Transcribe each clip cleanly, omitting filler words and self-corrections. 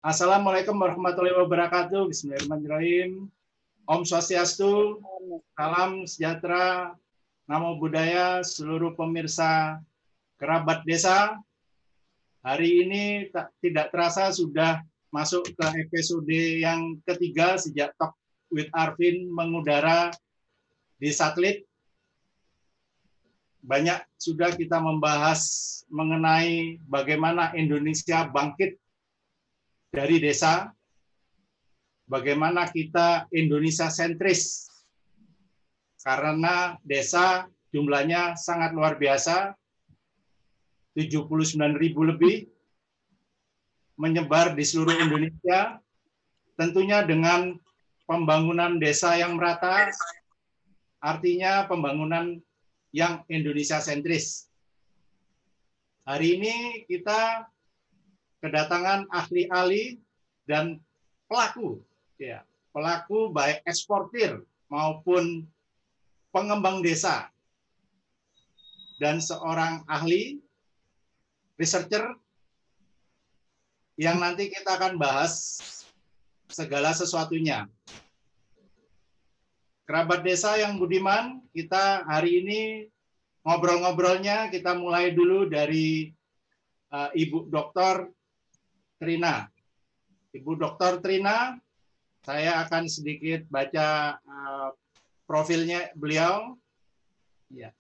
Assalamualaikum warahmatullahi wabarakatuh. Bismillahirrahmanirrahim. Om Swastiastu, salam sejahtera, namo buddhaya, seluruh pemirsa kerabat desa. Hari ini tidak terasa sudah masuk ke episode yang ketiga sejak Talk with Arvin mengudara di satelit. Banyak sudah kita membahas mengenai bagaimana Indonesia bangkit dari desa, bagaimana kita Indonesia sentris, karena desa jumlahnya sangat luar biasa, 79.000 lebih, menyebar di seluruh Indonesia, tentunya dengan pembangunan desa yang merata, artinya pembangunan yang Indonesia sentris. Hari ini kita kedatangan ahli-ahli dan pelaku, ya, pelaku baik eksportir maupun pengembang desa, dan seorang ahli researcher yang nanti kita akan bahas segala sesuatunya. Kerabat desa yang budiman, kita hari ini ngobrol-ngobrolnya kita mulai dulu dari Ibu Dr. Trina. Ibu Dr. Trina, saya akan sedikit baca profilnya beliau. Ya.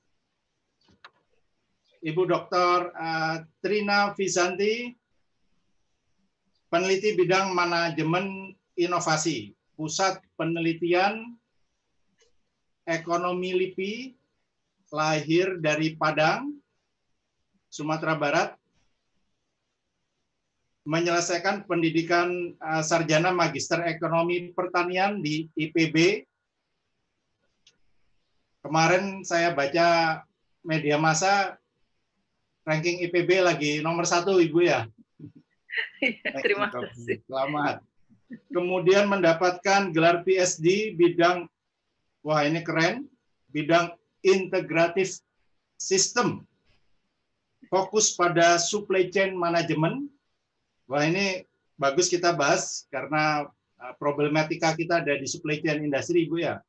Ibu Dr. Trina Visanti, peneliti bidang manajemen inovasi, Pusat Penelitian Ekonomi LIPI, lahir dari Padang, Sumatera Barat, menyelesaikan pendidikan sarjana magister ekonomi pertanian di IPB. Kemarin saya baca media massa, ranking IPB lagi nomor 1, Ibu ya. Terima kasih. Selamat. Kemudian mendapatkan gelar PhD bidang, wah ini keren, bidang integratif system, fokus pada supply chain management. Wah ini bagus kita bahas karena problematika kita ada di supply chain industri, Ibu ya.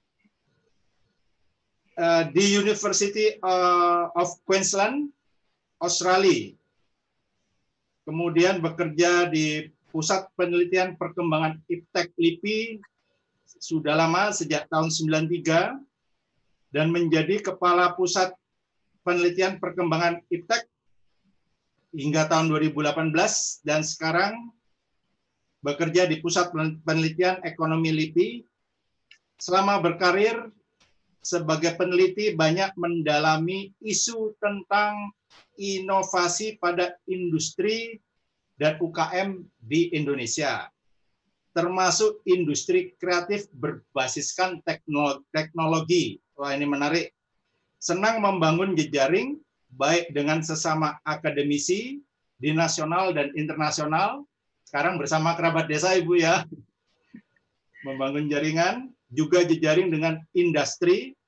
Di University of Queensland, Australia. Kemudian bekerja di Pusat Penelitian Perkembangan Iptek LIPI sudah lama, sejak tahun 93, dan menjadi Kepala Pusat Penelitian Perkembangan Iptek hingga tahun 2018, dan sekarang bekerja di Pusat Penelitian Ekonomi LIPI. Selama berkarir sebagai peneliti banyak mendalami isu tentang inovasi pada industri dan UKM di Indonesia, termasuk industri kreatif berbasiskan teknologi. Wah ini menarik. Senang membangun jejaring baik dengan sesama akademisi di nasional dan internasional. Sekarang bersama kerabat desa, Ibu ya. Membangun jaringan, juga jejaring dengan industri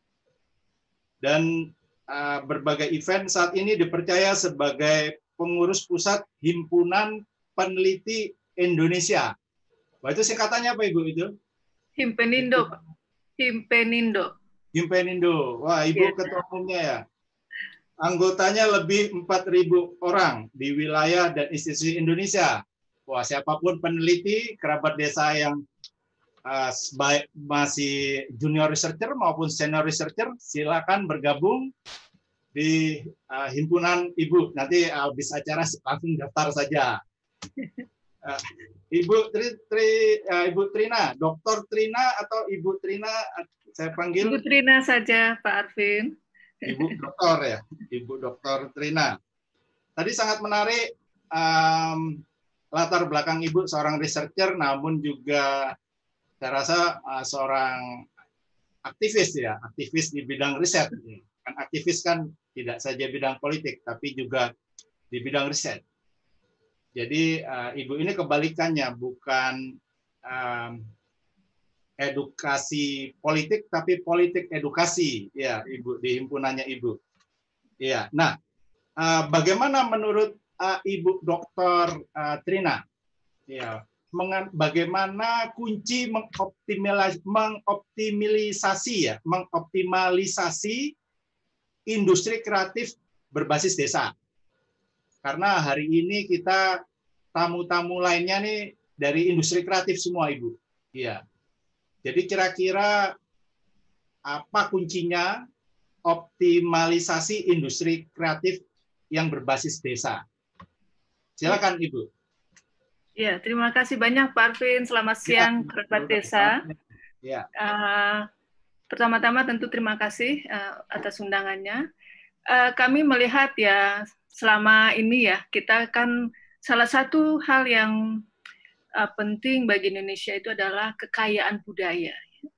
dan berbagai event. Saat ini dipercaya sebagai pengurus pusat Himpunan Peneliti Indonesia. Wah, itu singkatannya apa, Ibu itu? Himpenindo. Himpenindo. Himpenindo. Wah, Ibu ketua umumnya ya. Anggotanya lebih 4.000 orang di wilayah dan institusi Indonesia. Wah, siapapun peneliti, kerabat desa yang baik masih junior researcher maupun senior researcher, silakan bergabung di himpunan Ibu. Nanti habis acara langsung daftar saja. Ibu Trina, Dr. Trina atau Ibu Trina, saya panggil. Ibu Trina saja, Pak Arvin. Ibu Dokter ya, Ibu Dr. Trina. Tadi sangat menarik latar belakang Ibu seorang researcher, namun juga saya rasa seorang aktivis ya, aktivis di bidang riset. Kan aktivis kan tidak saja bidang politik, tapi juga di bidang riset. Jadi Ibu ini kebalikannya, bukan edukasi politik, tapi politik edukasi ya, Ibu, di himpunannya Ibu. Ya, nah, bagaimana menurut Ibu Dr. Trina Ya, bagaimana kunci mengoptimalisasi industri kreatif berbasis desa. Karena hari ini kita tamu-tamu lainnya nih dari industri kreatif semua, Ibu. Iya. Jadi kira-kira apa kuncinya optimalisasi industri kreatif yang berbasis desa? Silakan, Ibu. Ya, terima kasih banyak Pak Arvin. Selamat siang, kerabat desa. Ya. Pertama-tama tentu terima kasih atas undangannya. Kami melihat ya selama ini ya kita kan salah satu hal yang penting bagi Indonesia itu adalah kekayaan budaya,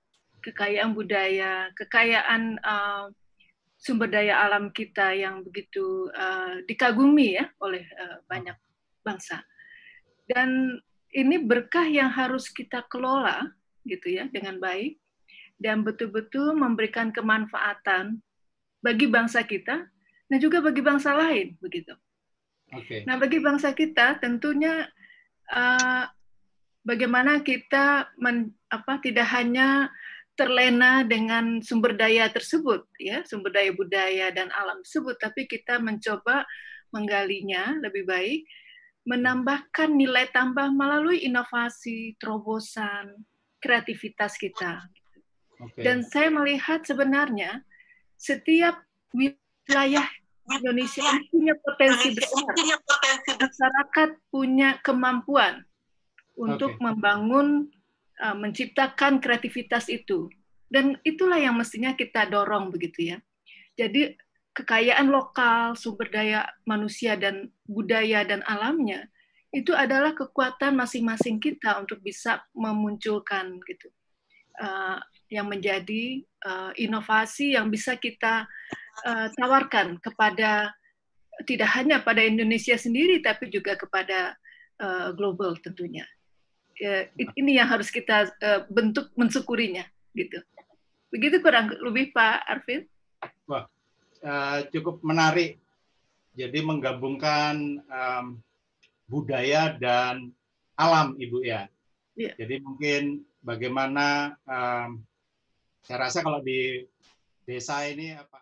kekayaan sumber daya alam kita yang begitu dikagumi ya oleh banyak bangsa. Dan ini berkah yang harus kita kelola gitu ya dengan baik dan betul-betul memberikan kemanfaatan bagi bangsa kita dan juga bagi bangsa lain begitu. Okay. Nah, bagi bangsa kita tentunya bagaimana kita tidak hanya terlena dengan sumber daya tersebut ya, sumber daya budaya dan alam tersebut, tapi kita mencoba menggalinya lebih baik, menambahkan nilai tambah melalui inovasi, terobosan, kreativitas kita. Okay. Dan saya melihat sebenarnya setiap wilayah Indonesia punya potensi besar. Masyarakat punya kemampuan untuk membangun, menciptakan kreativitas itu. Dan itulah yang mestinya kita dorong begitu ya. Jadi kekayaan lokal, sumber daya manusia dan budaya dan alamnya itu adalah kekuatan masing-masing kita untuk bisa memunculkan gitu yang menjadi inovasi yang bisa kita tawarkan kepada tidak hanya pada Indonesia sendiri tapi juga kepada global tentunya. Ini yang harus kita bentuk mensyukurinya gitu. Begitu kurang lebih Pak Arvin. Wah, cukup menarik. Jadi menggabungkan budaya dan alam, Ibu ya. Yeah. Jadi mungkin bagaimana saya rasa kalau di desa ini apa?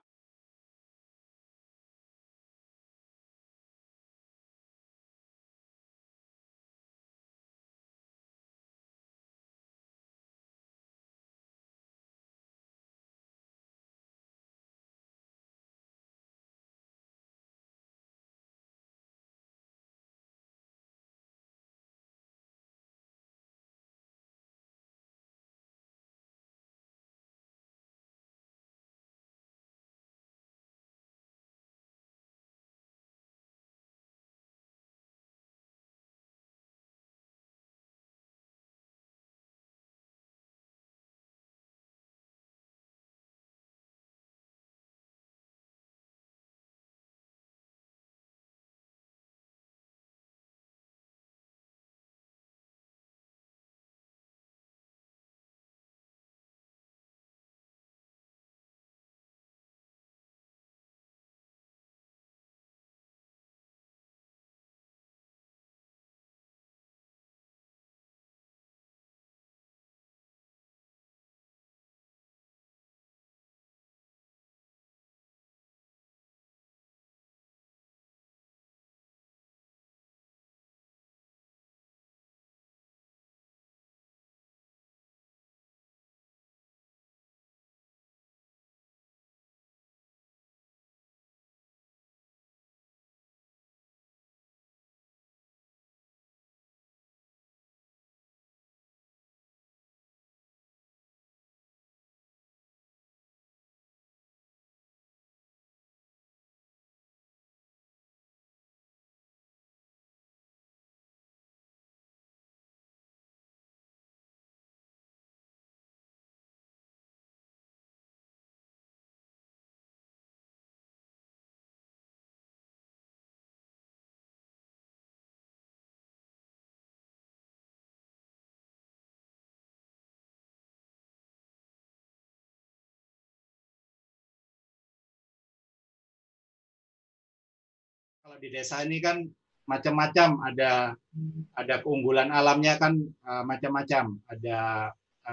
Kalau di desa ini kan macam-macam, ada keunggulan alamnya kan macam-macam, ada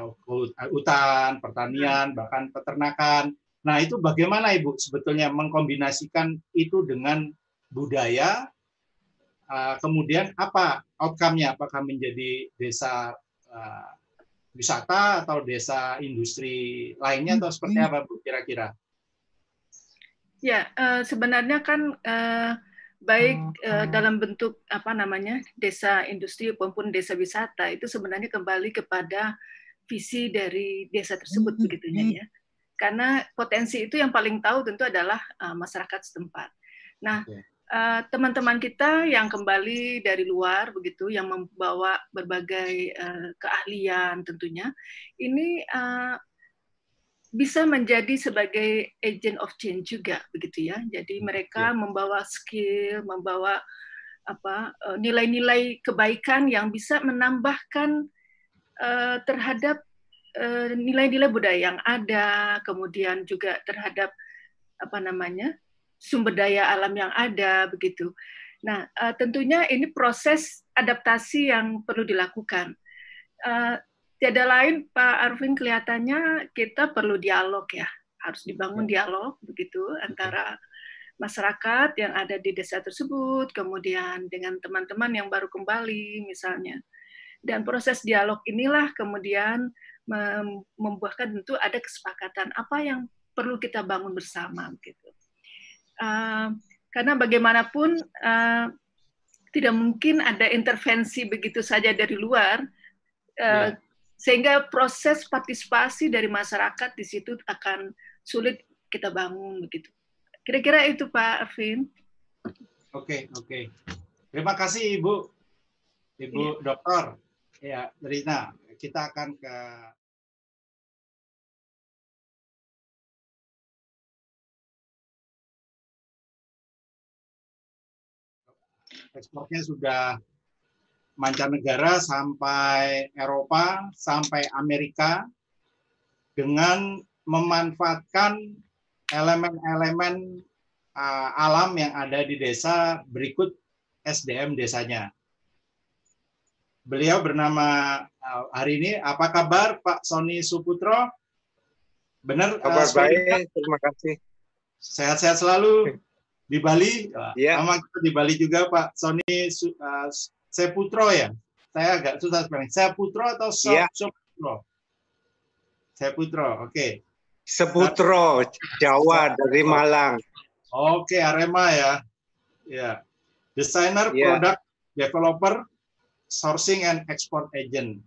hutan, pertanian, bahkan peternakan. Nah, itu bagaimana Ibu sebetulnya mengkombinasikan itu dengan budaya, kemudian apa outcome-nya? Apakah menjadi desa wisata atau desa industri lainnya atau seperti apa Bu kira-kira? Ya, sebenarnya kan baik dalam bentuk apa namanya desa industri maupun desa wisata itu sebenarnya kembali kepada visi dari desa tersebut begitunya ya. Karena potensi itu yang paling tahu tentu adalah masyarakat setempat. Nah, teman-teman kita yang kembali dari luar begitu, yang membawa berbagai keahlian tentunya, ini bisa menjadi sebagai agent of change juga begitu ya. Jadi mereka membawa skill, membawa apa nilai-nilai kebaikan yang bisa menambahkan terhadap nilai-nilai budaya yang ada, kemudian juga terhadap apa namanya sumber daya alam yang ada begitu. Nah, tentunya ini proses adaptasi yang perlu dilakukan. Tiada lain Pak Arvin, kelihatannya kita perlu dialog ya, harus dibangun dialog begitu antara masyarakat yang ada di desa tersebut, kemudian dengan teman-teman yang baru kembali misalnya. Dan proses dialog inilah kemudian membuahkan tentu ada kesepakatan apa yang perlu kita bangun bersama gitu. Karena bagaimanapun tidak mungkin ada intervensi begitu saja dari luar. Sehingga proses partisipasi dari masyarakat di situ akan sulit kita bangun begitu. Kira-kira itu Pak Arvin. Oke. Terima kasih Ibu Dokter. Ya, Rina, kita akan ke ekspornya sudah mancanegara sampai Eropa, sampai Amerika, dengan memanfaatkan elemen-elemen alam yang ada di desa berikut SDM desanya. Beliau bernama hari ini, apa kabar Pak Sony Suputro? Benar? Kabar baik, terima kasih. Sehat-sehat selalu di Bali. Sama kita di Bali juga Pak Sony Seputro ya. Saya agak susah sebenarnya. Seputro atau Seputro? Seputro, oke. Seputro, Jawa dari Malang. Oke, Arema ya. Ya. Desainer, product developer, sourcing and export agent.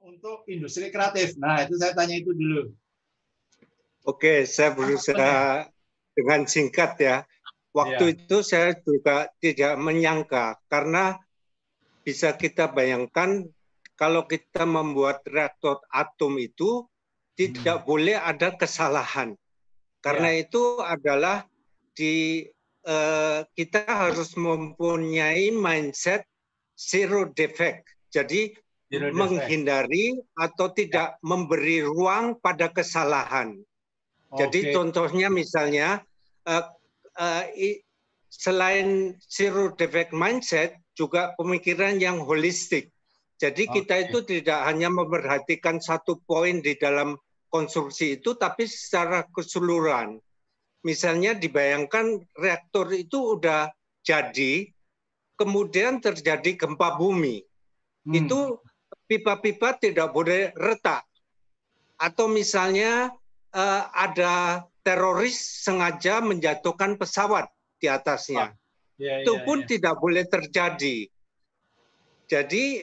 untuk industri kreatif. Nah, itu saya tanya itu dulu. Oke, saya berusaha dengan singkat ya. Waktu itu saya juga tidak menyangka karena bisa kita bayangkan kalau kita membuat reaktor atom itu tidak boleh ada kesalahan. Karena itu adalah kita harus mempunyai mindset zero defect. Jadi menghindari atau tidak memberi ruang pada kesalahan. Jadi contohnya misalnya selain zero defect mindset juga pemikiran yang holistik. Jadi kita itu tidak hanya memperhatikan satu poin di dalam konstruksi itu, tapi secara keseluruhan. Misalnya dibayangkan reaktor itu udah jadi, kemudian terjadi gempa bumi. Itu pipa-pipa tidak boleh retak. Atau misalnya ada teroris sengaja menjatuhkan pesawat di atasnya. Itu pun tidak boleh terjadi. Jadi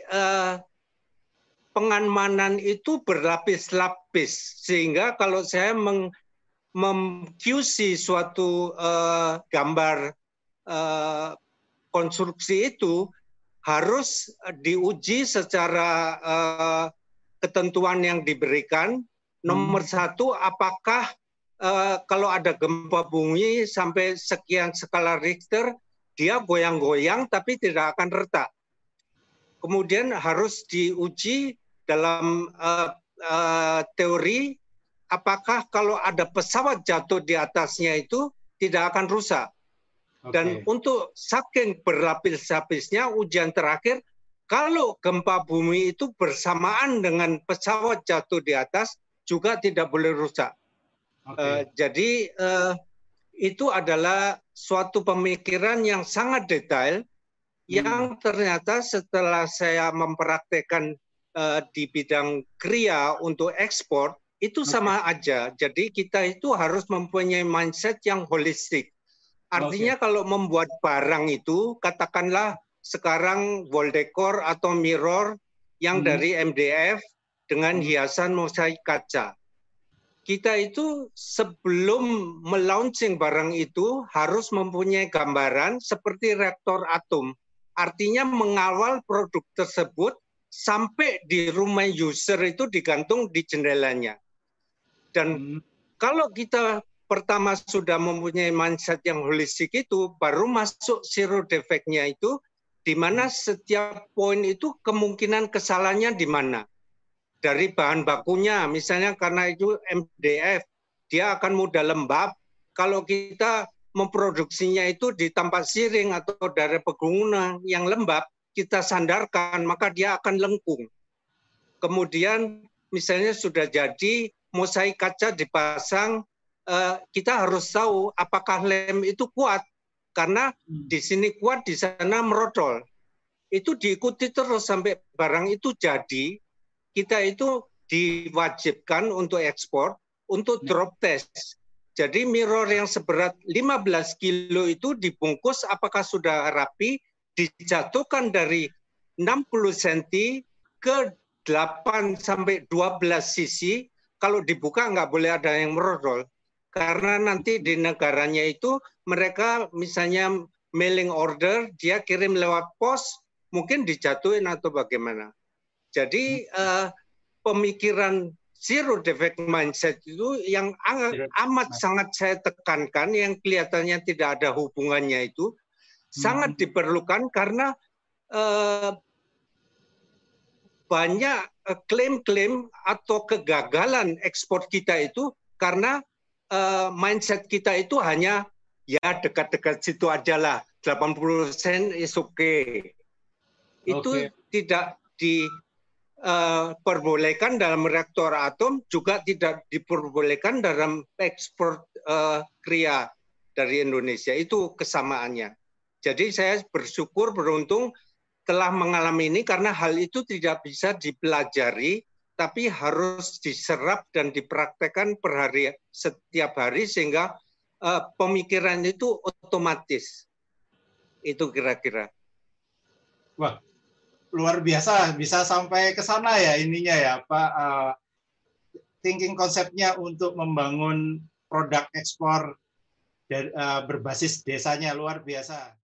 pengamanan itu berlapis-lapis. Sehingga kalau saya mem-QC suatu gambar konstruksi itu harus diuji secara ketentuan yang diberikan. Nomor satu, apakah kalau ada gempa bumi sampai sekian skala Richter, dia goyang-goyang tapi tidak akan retak. Kemudian harus diuji dalam teori, apakah kalau ada pesawat jatuh di atasnya itu tidak akan rusak. Dan untuk saking berlapis-lapisnya ujian terakhir, kalau gempa bumi itu bersamaan dengan pesawat jatuh di atas, juga tidak boleh rusak. Jadi itu adalah suatu pemikiran yang sangat detail, yang ternyata setelah saya mempraktekkan di bidang kriya untuk ekspor, itu sama aja. Jadi kita itu harus mempunyai mindset yang holistik. Artinya kalau membuat barang itu, katakanlah sekarang wall decor atau mirror yang dari MDF dengan hiasan mosaik kaca. Kita itu sebelum melaunching barang itu harus mempunyai gambaran seperti reaktor atom. Artinya mengawal produk tersebut sampai di rumah user itu digantung di jendelanya. Dan kalau kita pertama sudah mempunyai mindset yang holistik itu, baru masuk zero defect-nya itu, di mana setiap poin itu kemungkinan kesalahannya di mana. Dari bahan bakunya, misalnya karena itu MDF, dia akan mudah lembab. Kalau kita memproduksinya itu di tempat siring atau dari pegunungan yang lembab, kita sandarkan, maka dia akan lengkung. Kemudian misalnya sudah jadi, mosaik kaca dipasang, kita harus tahu apakah lem itu kuat. Karena di sini kuat, di sana merodol. Itu diikuti terus sampai barang itu jadi. Kita itu diwajibkan untuk ekspor, untuk drop test. Jadi mirror yang seberat 15 kilo itu dibungkus apakah sudah rapi, dijatuhkan dari 60 cm ke 8 sampai 12 cc. Kalau dibuka nggak boleh ada yang merodol. Karena nanti di negaranya itu mereka misalnya mailing order, dia kirim lewat pos, mungkin dijatuhin atau bagaimana. Jadi pemikiran zero defect mindset itu yang amat sangat saya tekankan, yang kelihatannya tidak ada hubungannya itu, sangat diperlukan karena banyak klaim-klaim atau kegagalan ekspor kita itu karena mindset kita itu hanya ya dekat-dekat situ aja lah, 80% is okay. Itu tidak diperbolehkan dalam reaktor atom, juga tidak diperbolehkan dalam ekspor kriya dari Indonesia. Itu kesamaannya. Jadi saya bersyukur, beruntung telah mengalami ini karena hal itu tidak bisa dipelajari, tapi harus diserap dan dipraktekkan per hari, setiap hari, sehingga pemikiran itu otomatis. Itu kira-kira. Wah, luar biasa bisa sampai ke sana ya ininya ya Pak. Thinking konsepnya untuk membangun produk ekspor berbasis desanya luar biasa.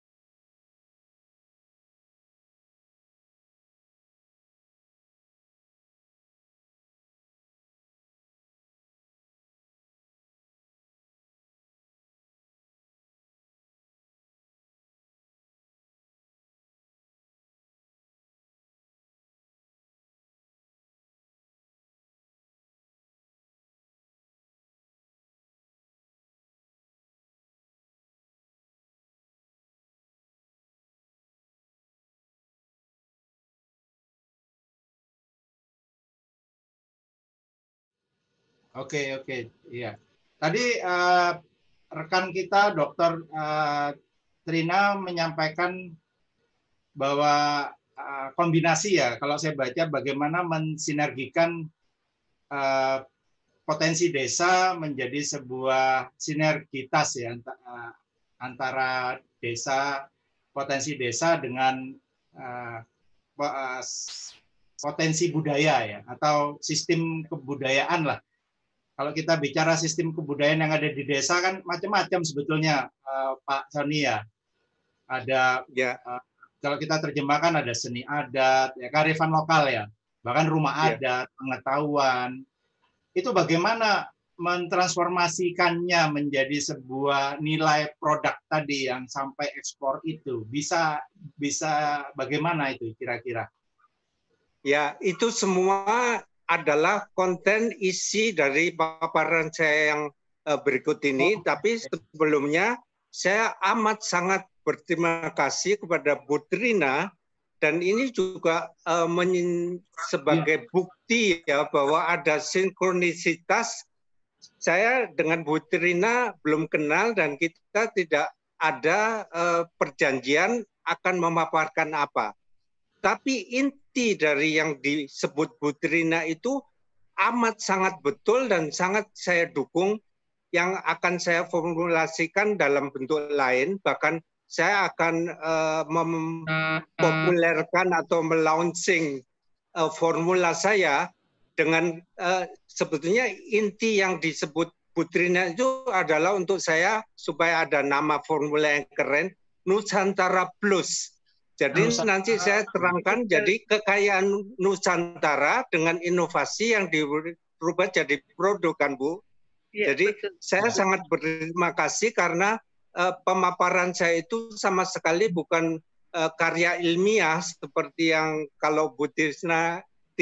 Oke, iya. Tadi rekan kita Dokter Trina menyampaikan bahwa kombinasi ya, kalau saya baca bagaimana mensinergikan potensi desa menjadi sebuah sinergitas ya antara desa, potensi desa dengan potensi budaya ya atau sistem kebudayaan lah. Kalau kita bicara sistem kebudayaan yang ada di desa kan macam-macam sebetulnya Pak Sony ya. Ada kalau kita terjemahkan ada seni adat, ya kearifan lokal ya, bahkan rumah adat, pengetahuan. Itu bagaimana mentransformasikannya menjadi sebuah nilai produk tadi yang sampai ekspor itu bisa bagaimana itu kira-kira? Ya, itu semua adalah konten isi dari paparan saya yang berikut ini. Tapi sebelumnya saya amat sangat berterima kasih kepada Bu Trina, dan ini juga sebagai bukti ya bahwa ada sinkronisitas. Saya dengan Bu Trina belum kenal dan kita tidak ada perjanjian akan memaparkan apa. Tapi inti dari yang disebut Bu Trina itu amat sangat betul dan sangat saya dukung, yang akan saya formulasikan dalam bentuk lain. Bahkan saya akan mempopulerkan atau melaunching formula saya dengan sebetulnya inti yang disebut Bu Trina itu adalah untuk saya supaya ada nama formula yang keren, Nusantara Plus. Jadi nanti saya terangkan jadi kekayaan Nusantara dengan inovasi yang dirubah jadi produk kan Bu. Ya, jadi betul. Saya sangat berterima kasih karena pemaparan saya itu sama sekali bukan karya ilmiah seperti yang kalau Bu Trina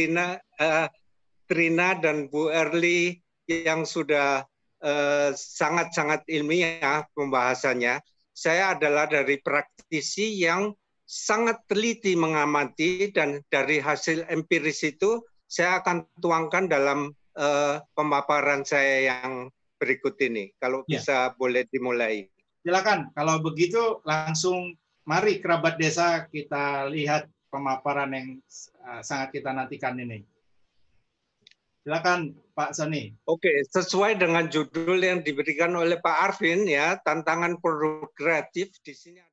dan Bu Erli yang sudah sangat-sangat ilmiah pembahasannya. Saya adalah dari praktisi yang sangat teliti mengamati, dan dari hasil empiris itu saya akan tuangkan dalam pemaparan saya yang berikut ini. Kalau bisa boleh dimulai. Silakan. Kalau begitu langsung mari kerabat desa kita lihat pemaparan yang sangat kita nantikan ini. Silakan Pak Sony. Oke, sesuai dengan judul yang diberikan oleh Pak Arvin ya, tantangan produk kreatif di sini.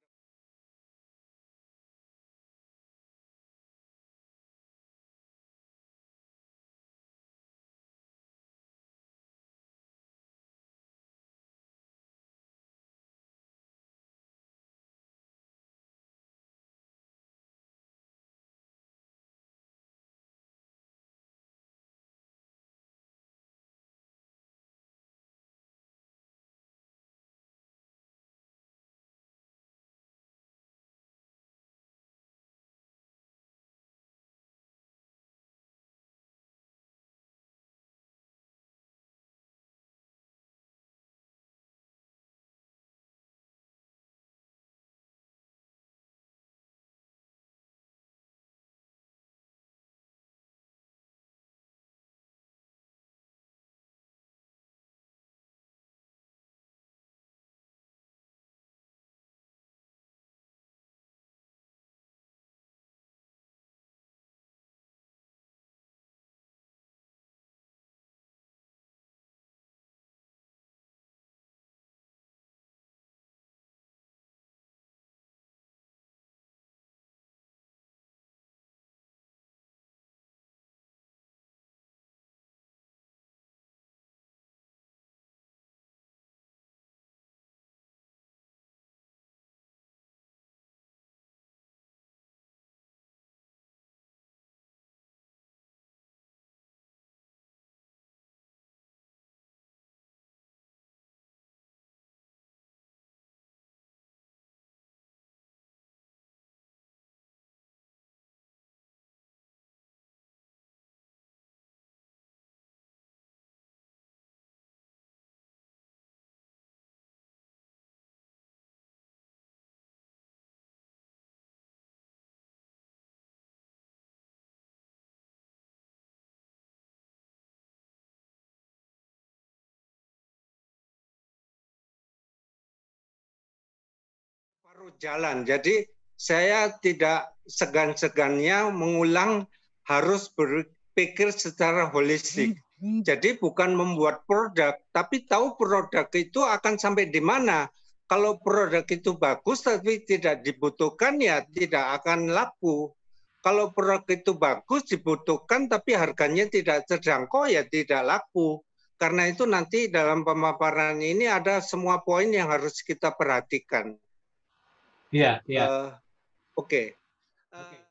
terus jalan. Jadi saya tidak segan-segannya mengulang, harus berpikir secara holistik. Jadi bukan membuat produk, tapi tahu produk itu akan sampai di mana. Kalau produk itu bagus tapi tidak dibutuhkan, ya tidak akan laku. Kalau produk itu bagus, dibutuhkan tapi harganya tidak terjangkau, ya tidak laku. Karena itu nanti dalam pemaparan ini ada semua poin yang harus kita perhatikan. Iya, iya. Oke. Oke.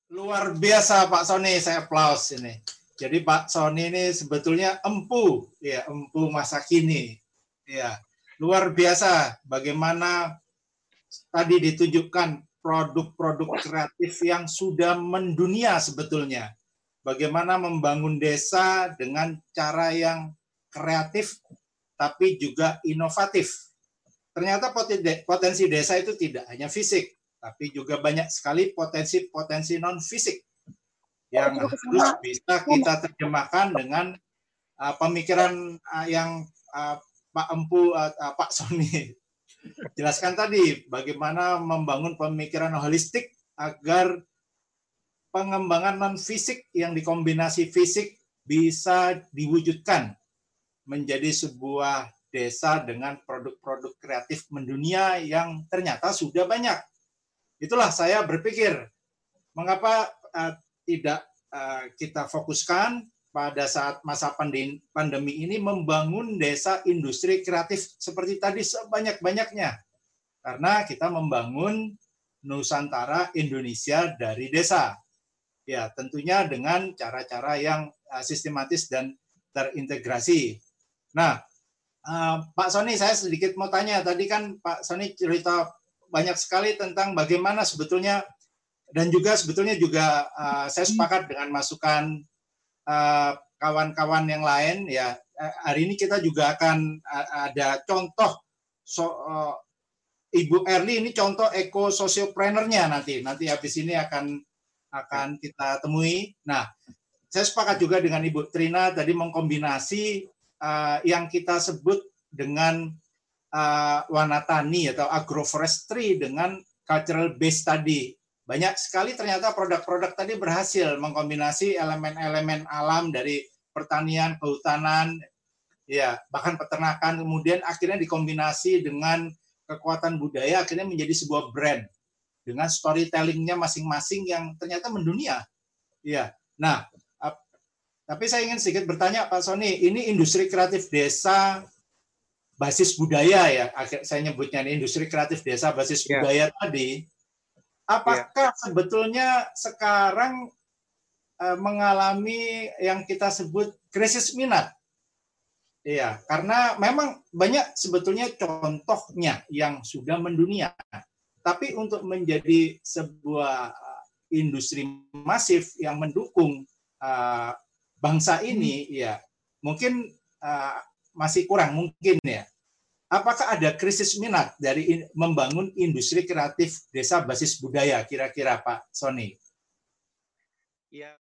Luar biasa Pak Sony, saya aplaus ini. Jadi Pak Sony ini sebetulnya empu, ya empu masa kini, ya luar biasa. Bagaimana tadi ditunjukkan produk-produk kreatif yang sudah mendunia sebetulnya. Bagaimana membangun desa dengan cara yang kreatif tapi juga inovatif. Ternyata potensi desa itu tidak hanya fisik, tapi juga banyak sekali potensi-potensi non-fisik yang harus bisa kita terjemahkan dengan pemikiran yang Pak Empu, Pak Sony jelaskan tadi, bagaimana membangun pemikiran holistik agar pengembangan non-fisik yang dikombinasi fisik bisa diwujudkan menjadi sebuah desa dengan produk-produk kreatif mendunia yang ternyata sudah banyak. Itulah saya berpikir, mengapa tidak kita fokuskan pada saat masa pandemi ini membangun desa industri kreatif seperti tadi sebanyak-banyaknya. Karena kita membangun Nusantara Indonesia dari desa. Ya, tentunya dengan cara-cara yang sistematis dan terintegrasi. Nah, Pak Sony, saya sedikit mau tanya. Tadi kan Pak Sony cerita banyak sekali tentang bagaimana sebetulnya, dan juga sebetulnya juga saya sepakat dengan masukan kawan-kawan yang lain. Ya, hari ini kita juga akan ada contoh Ibu Erli ini contoh eco sociopreneur-nya nanti habis ini akan kita temui. Nah, saya sepakat juga dengan Ibu Trina tadi mengkombinasi yang kita sebut dengan wanatani atau agroforestry dengan cultural based tadi. Banyak sekali ternyata produk-produk tadi berhasil mengkombinasi elemen-elemen alam dari pertanian, kehutanan, ya bahkan peternakan, kemudian akhirnya dikombinasi dengan kekuatan budaya, akhirnya menjadi sebuah brand dengan storytelling-nya masing-masing yang ternyata mendunia. Ya, nah, tapi saya ingin sedikit bertanya Pak Sony, ini industri kreatif desa basis budaya ya, saya nyebutnya ini industri kreatif desa basis budaya tadi. Apakah sebetulnya sekarang mengalami yang kita sebut krisis minat? Iya, karena memang banyak sebetulnya contohnya yang sudah mendunia. Tapi untuk menjadi sebuah industri masif yang mendukung bangsa ini, ya mungkin masih kurang mungkin ya. Apakah ada krisis minat dari membangun industri kreatif desa basis budaya kira-kira Pak Sony? Ya.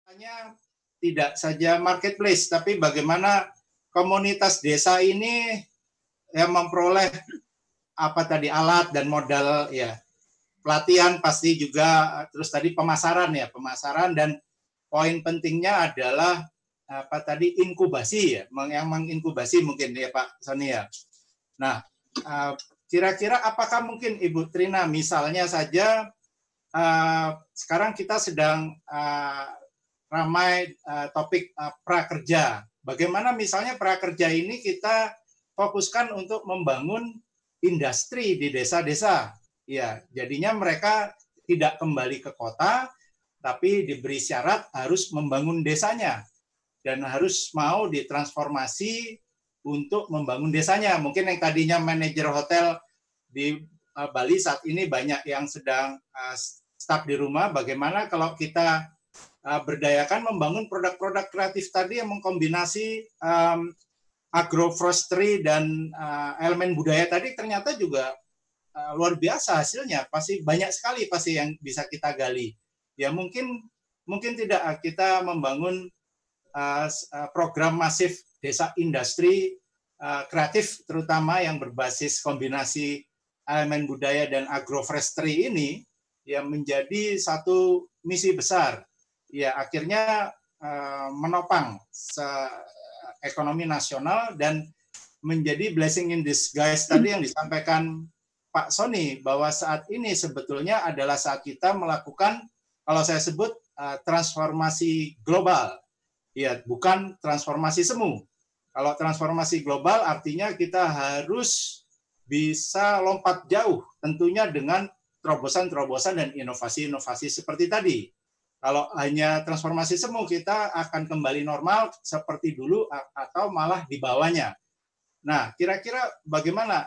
Hanya tidak saja marketplace, tapi bagaimana komunitas desa ini yang memperoleh apa tadi alat dan modal ya, pelatihan pasti juga, terus tadi pemasaran dan poin pentingnya adalah apa tadi inkubasi ya, yang menginkubasi mungkin ya Pak Sony ya. Nah, kira-kira apakah mungkin Ibu Trina misalnya saja sekarang kita sedang ramai topik prakerja. Bagaimana misalnya prakerja ini kita fokuskan untuk membangun industri di desa-desa. Ya, jadinya mereka tidak kembali ke kota, tapi diberi syarat harus membangun desanya dan harus mau ditransformasi untuk membangun desanya. Mungkin yang tadinya manajer hotel di Bali saat ini banyak yang sedang stuck di rumah. Bagaimana kalau kita berdayakan membangun produk-produk kreatif tadi yang mengkombinasi agroforestry dan elemen budaya tadi, ternyata juga luar biasa hasilnya. Pasti banyak sekali pasti yang bisa kita gali. Ya mungkin tidak kita membangun program masif desa industri kreatif terutama yang berbasis kombinasi elemen budaya dan agroforestry ini yang menjadi satu misi besar. Ya akhirnya menopang ekonomi nasional dan menjadi blessing in disguise tadi yang disampaikan Pak Sony, bahwa saat ini sebetulnya adalah saat kita melakukan, kalau saya sebut, transformasi global. Ya, bukan transformasi semu. Kalau transformasi global artinya kita harus bisa lompat jauh, tentunya dengan terobosan-terobosan dan inovasi-inovasi seperti tadi. Kalau hanya transformasi semu, kita akan kembali normal seperti dulu atau malah di bawahnya. Nah, kira-kira bagaimana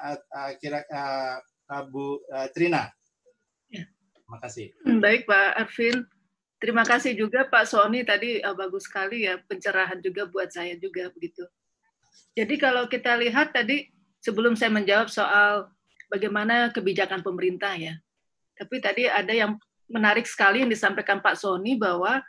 Bu Trina? Ya. Terima kasih. Baik Pak Arvin. Terima kasih juga Pak Sony tadi, bagus sekali ya, pencerahan juga buat saya juga begitu. Jadi kalau kita lihat tadi, sebelum saya menjawab soal bagaimana kebijakan pemerintah ya, tapi tadi ada yang menarik sekali yang disampaikan Pak Sony bahwa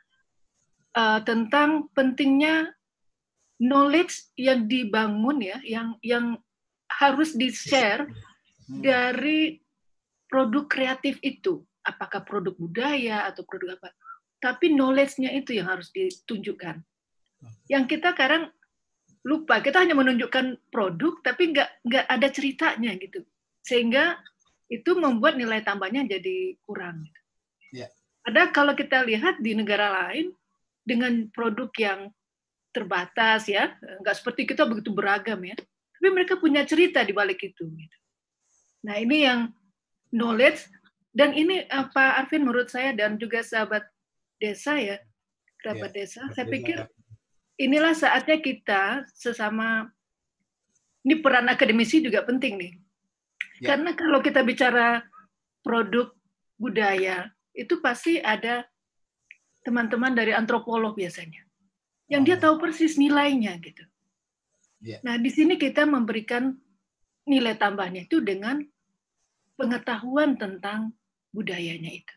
tentang pentingnya knowledge yang dibangun ya, yang harus di-share dari produk kreatif itu, apakah produk budaya atau produk apa, tapi knowledge-nya itu yang harus ditunjukkan. Yang kita sekarang lupa, kita hanya menunjukkan produk, tapi nggak ada ceritanya gitu, sehingga itu membuat nilai tambahnya jadi kurang. Yeah. Padahal kalau kita lihat di negara lain dengan produk yang terbatas ya, nggak seperti kita begitu beragam ya, tapi mereka punya cerita di balik itu. Nah ini yang knowledge, dan ini Pak Arvin menurut saya dan juga sahabat desa ya, kerabat desa, saya pikir inilah saatnya kita sesama, ini peran akademisi juga penting nih, karena kalau kita bicara produk budaya itu pasti ada teman-teman dari antropolog biasanya, yang dia tahu persis nilainya gitu. Nah di sini kita memberikan nilai tambahnya itu dengan pengetahuan tentang budayanya itu.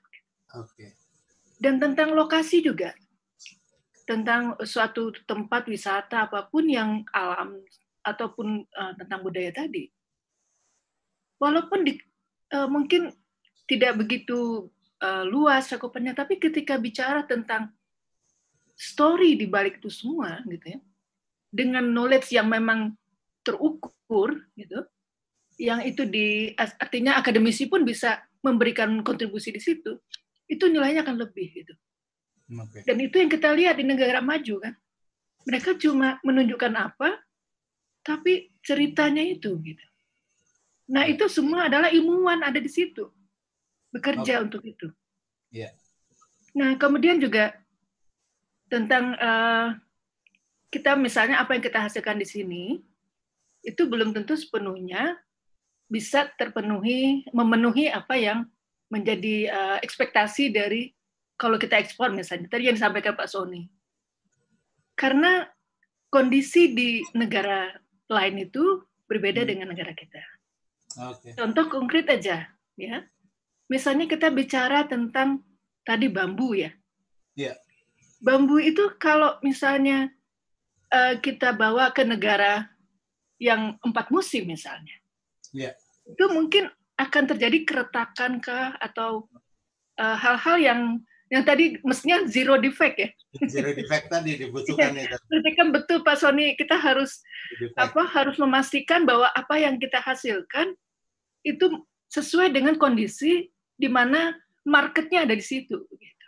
Dan tentang lokasi juga, tentang suatu tempat wisata apapun yang alam ataupun tentang budaya tadi. Walaupun mungkin tidak begitu luas cakupannya, tapi ketika bicara tentang story di balik itu semua, gitu ya, dengan knowledge yang memang terukur, gitu, yang itu artinya akademisi pun bisa memberikan kontribusi di situ, itu nilainya akan lebih, gitu. Dan itu yang kita lihat di negara maju kan, mereka cuma menunjukkan apa, tapi ceritanya itu, gitu. Nah itu semua adalah ilmuwan ada di situ, bekerja untuk itu. Nah kemudian juga tentang kita misalnya apa yang kita hasilkan di sini itu belum tentu sepenuhnya bisa memenuhi apa yang menjadi ekspektasi dari kalau kita ekspor misalnya tadi yang disampaikan Pak Sony. Karena kondisi di negara lain itu berbeda dengan negara kita. Contoh konkret aja ya. Misalnya kita bicara tentang tadi bambu ya. bambu itu kalau misalnya kita bawa ke negara yang 4 musim misalnya, itu mungkin akan terjadi keretakan kah atau hal-hal yang tadi mestinya zero defect ya. Zero defect tadi dibutuhkan itu. Berarti kan betul Pak Sony, kita harus harus memastikan bahwa apa yang kita hasilkan itu sesuai dengan kondisi di mana marketnya ada di situ.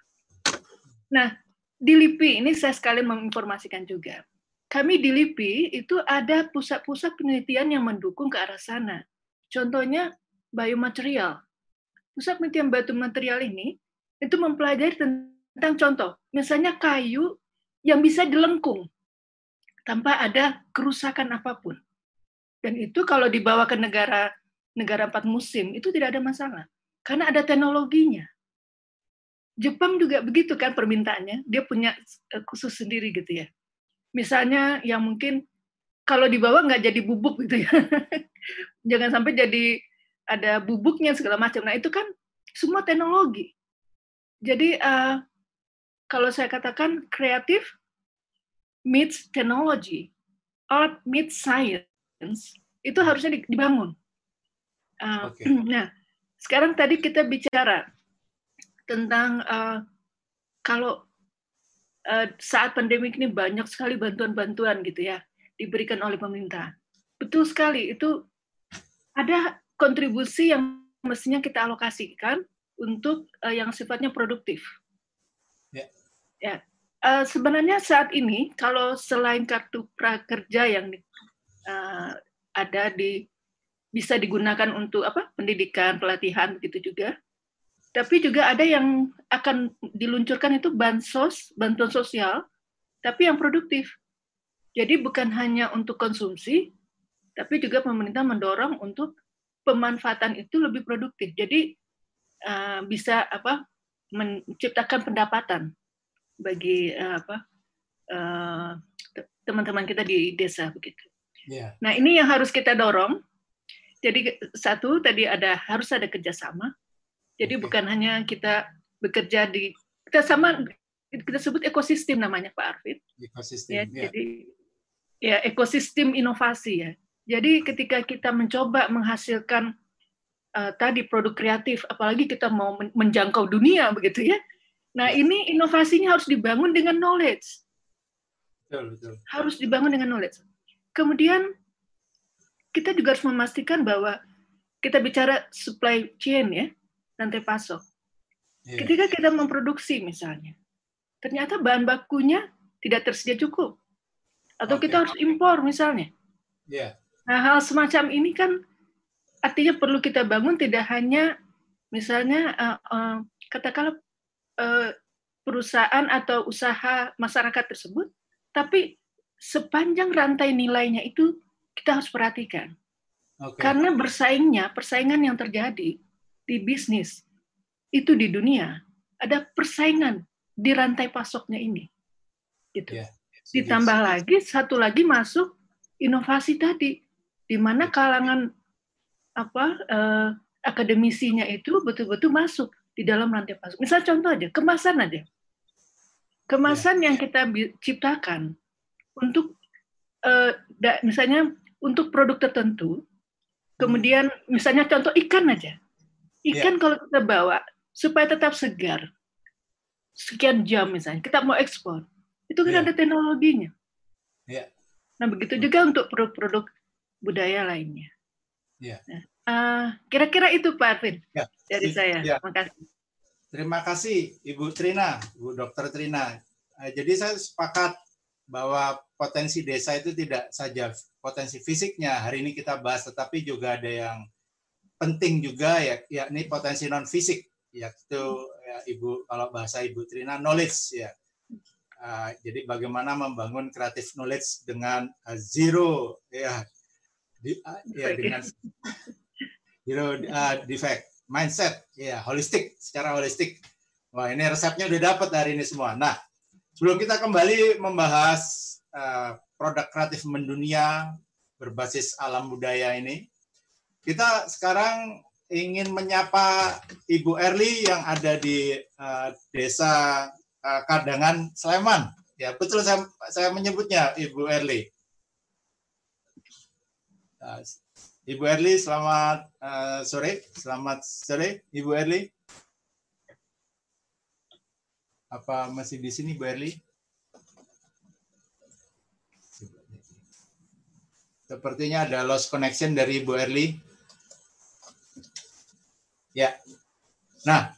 Nah, di LIPI ini saya sekali menginformasikan juga. Kami di LIPI itu ada pusat-pusat penelitian yang mendukung ke arah sana. Contohnya biomaterial. Pusat penelitian batu material ini itu mempelajari tentang contoh, misalnya kayu yang bisa dilengkung tanpa ada kerusakan apapun. Dan itu kalau dibawa ke negara 4 musim itu tidak ada masalah karena ada teknologinya. Jepang juga begitu kan permintaannya, dia punya khusus sendiri gitu ya. Misalnya yang mungkin kalau dibawa nggak jadi bubuk gitu ya. Jangan sampai jadi ada bubuknya segala macam. Nah itu kan semua teknologi. Jadi kalau saya katakan kreatif meets technology, art meets science, itu harusnya dibangun. Nah sekarang tadi kita bicara tentang kalau saat pandemi ini banyak sekali bantuan-bantuan gitu ya diberikan oleh pemerintah. Betul sekali, itu ada kontribusi yang mestinya kita alokasikan untuk yang sifatnya produktif. Ya. Sebenarnya saat ini kalau selain kartu prakerja yang ada bisa digunakan untuk pendidikan, pelatihan begitu juga. Tapi juga ada yang akan diluncurkan itu bantuan sosial, tapi yang produktif. Jadi bukan hanya untuk konsumsi, tapi juga pemerintah mendorong untuk pemanfaatan itu lebih produktif. Jadi bisa menciptakan pendapatan bagi teman-teman kita di desa begitu. Nah ini yang harus kita dorong. Jadi satu tadi harus ada kerjasama. Jadi bukan hanya kita bekerja kita sebut ekosistem namanya Pak Arvin. Ekosistem. Jadi ekosistem inovasi ya. Jadi ketika kita mencoba menghasilkan tadi produk kreatif, apalagi kita mau menjangkau dunia begitu ya. Nah ini inovasinya harus dibangun dengan knowledge. Betul. Harus dibangun dengan knowledge. Kemudian kita juga harus memastikan bahwa kita bicara supply chain ya. Rantai pasok. Ketika kita memproduksi misalnya, ternyata bahan bakunya tidak tersedia cukup, atau kita harus impor misalnya. Nah hal semacam ini kan artinya perlu kita bangun tidak hanya misalnya katakanlah perusahaan atau usaha masyarakat tersebut, tapi sepanjang rantai nilainya itu kita harus perhatikan. Karena persaingan yang terjadi di bisnis itu di dunia ada persaingan di rantai pasoknya ini, gitu. Ditambah lagi satu lagi masuk inovasi tadi, di mana kalangan akademisinya itu betul-betul masuk di dalam rantai pasok. Misal contoh aja kemasan yang kita ciptakan untuk misalnya untuk produk tertentu, kemudian misalnya contoh ikan aja. Ikan kalau kita bawa supaya tetap segar, sekian jam misalnya, kita mau ekspor, itu kan ada teknologinya. Nah begitu juga untuk produk-produk budaya lainnya. Kira-kira itu Pak Arvin dari saya. Terima kasih. Terima kasih Ibu Trina, Ibu Dr. Trina. Jadi saya sepakat bahwa potensi desa itu tidak saja potensi fisiknya hari ini kita bahas, tetapi juga ada yang penting juga yakni potensi non fisik, yaitu Ibu kalau bahasa Ibu Trina knowledge ya. Jadi bagaimana membangun creative knowledge dengan zero dengan zero defect mindset secara holistik. Wah ini resepnya udah dapat hari ini semua. Nah sebelum kita kembali membahas produk kreatif mendunia berbasis alam budaya ini, kita sekarang ingin menyapa Ibu Erli yang ada di Desa Kadangan Sleman. Ya, betul saya menyebutnya, Ibu Erli. Ibu Erli, selamat sore. Selamat sore, Ibu Erli. Apa masih di sini, Bu Erli? Sepertinya ada lost connection dari Ibu Erli. Ya. Nah,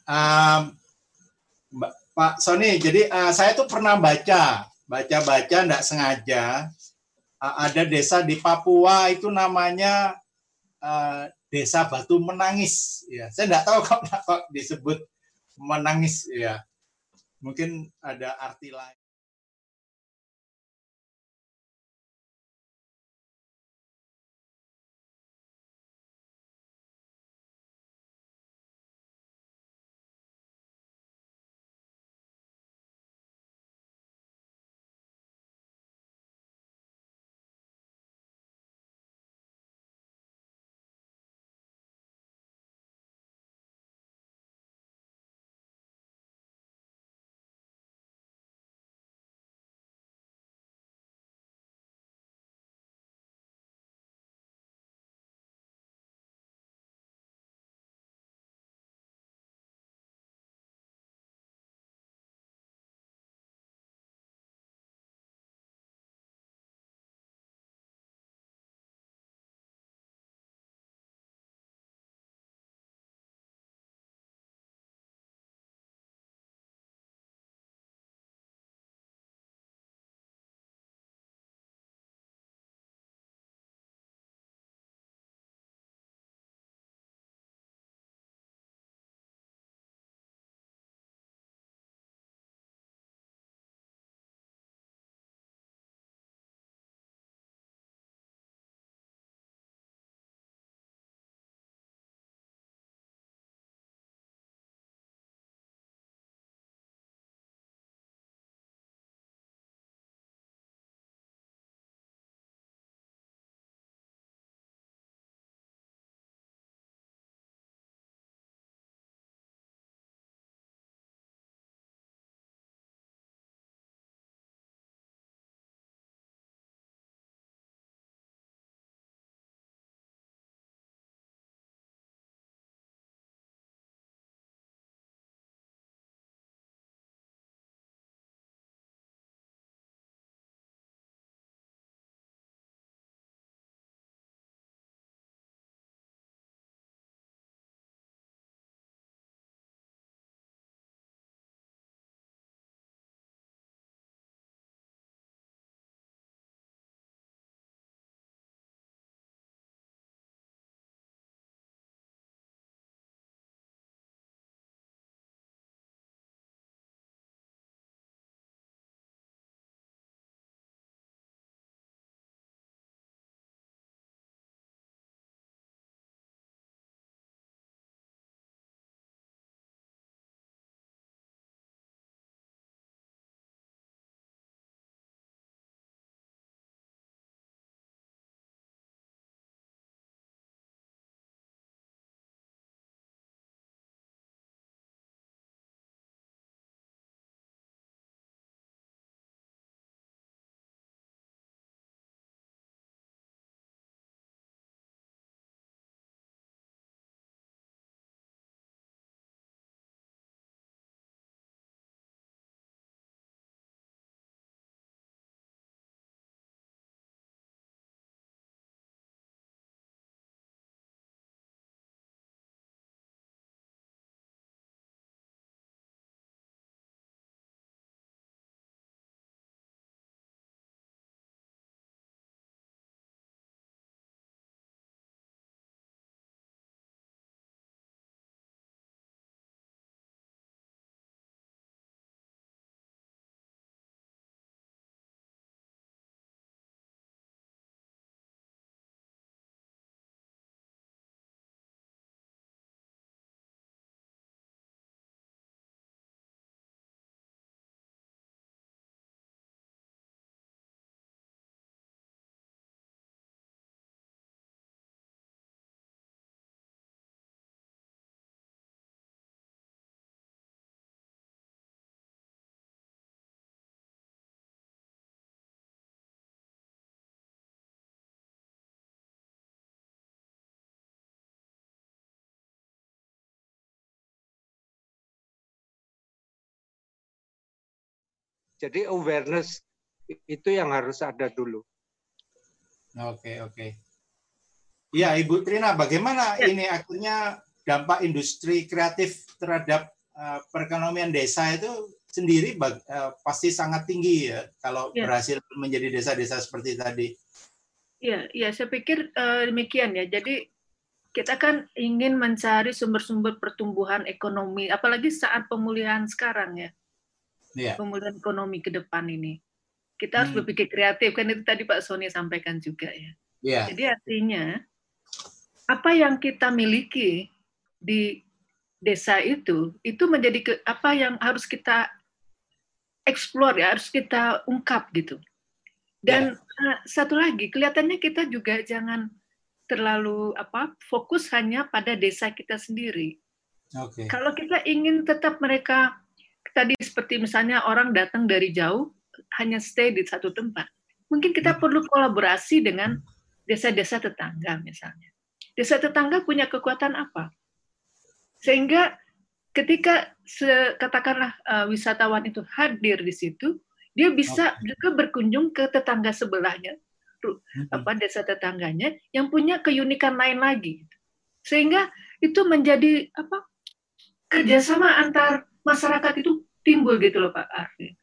Pak Sony, jadi saya tuh pernah baca enggak sengaja ada desa di Papua itu namanya Desa Batu Menangis. Ya, saya enggak tahu kok disebut menangis ya. Mungkin ada arti lain. Jadi awareness itu yang harus ada dulu. Oke. Ya, Ibu Trina, bagaimana ini akhirnya dampak industri kreatif terhadap perekonomian desa itu sendiri pasti sangat tinggi ya kalau berhasil menjadi desa-desa seperti tadi. Iya, saya pikir demikian ya. Jadi kita kan ingin mencari sumber-sumber pertumbuhan ekonomi, apalagi saat pemulihan sekarang ya. Pemulihan ekonomi ke depan ini. Kita harus berpikir kreatif, kan itu tadi Pak Sony sampaikan juga ya. Jadi artinya apa yang kita miliki di desa itu menjadi apa yang harus kita explore ya, harus kita ungkap gitu. Dan satu lagi, kelihatannya kita juga jangan terlalu fokus hanya pada desa kita sendiri. Kalau kita ingin tetap mereka tadi seperti misalnya orang datang dari jauh hanya stay di satu tempat, mungkin kita perlu kolaborasi dengan desa-desa tetangga misalnya. Desa tetangga punya kekuatan apa? Sehingga ketika katakanlah wisatawan itu hadir di situ, dia bisa juga berkunjung ke tetangga sebelahnya, desa tetangganya yang punya keunikan lain lagi. Sehingga itu menjadi kerjasama antar masyarakat itu timbul gitu loh Pak Arvin.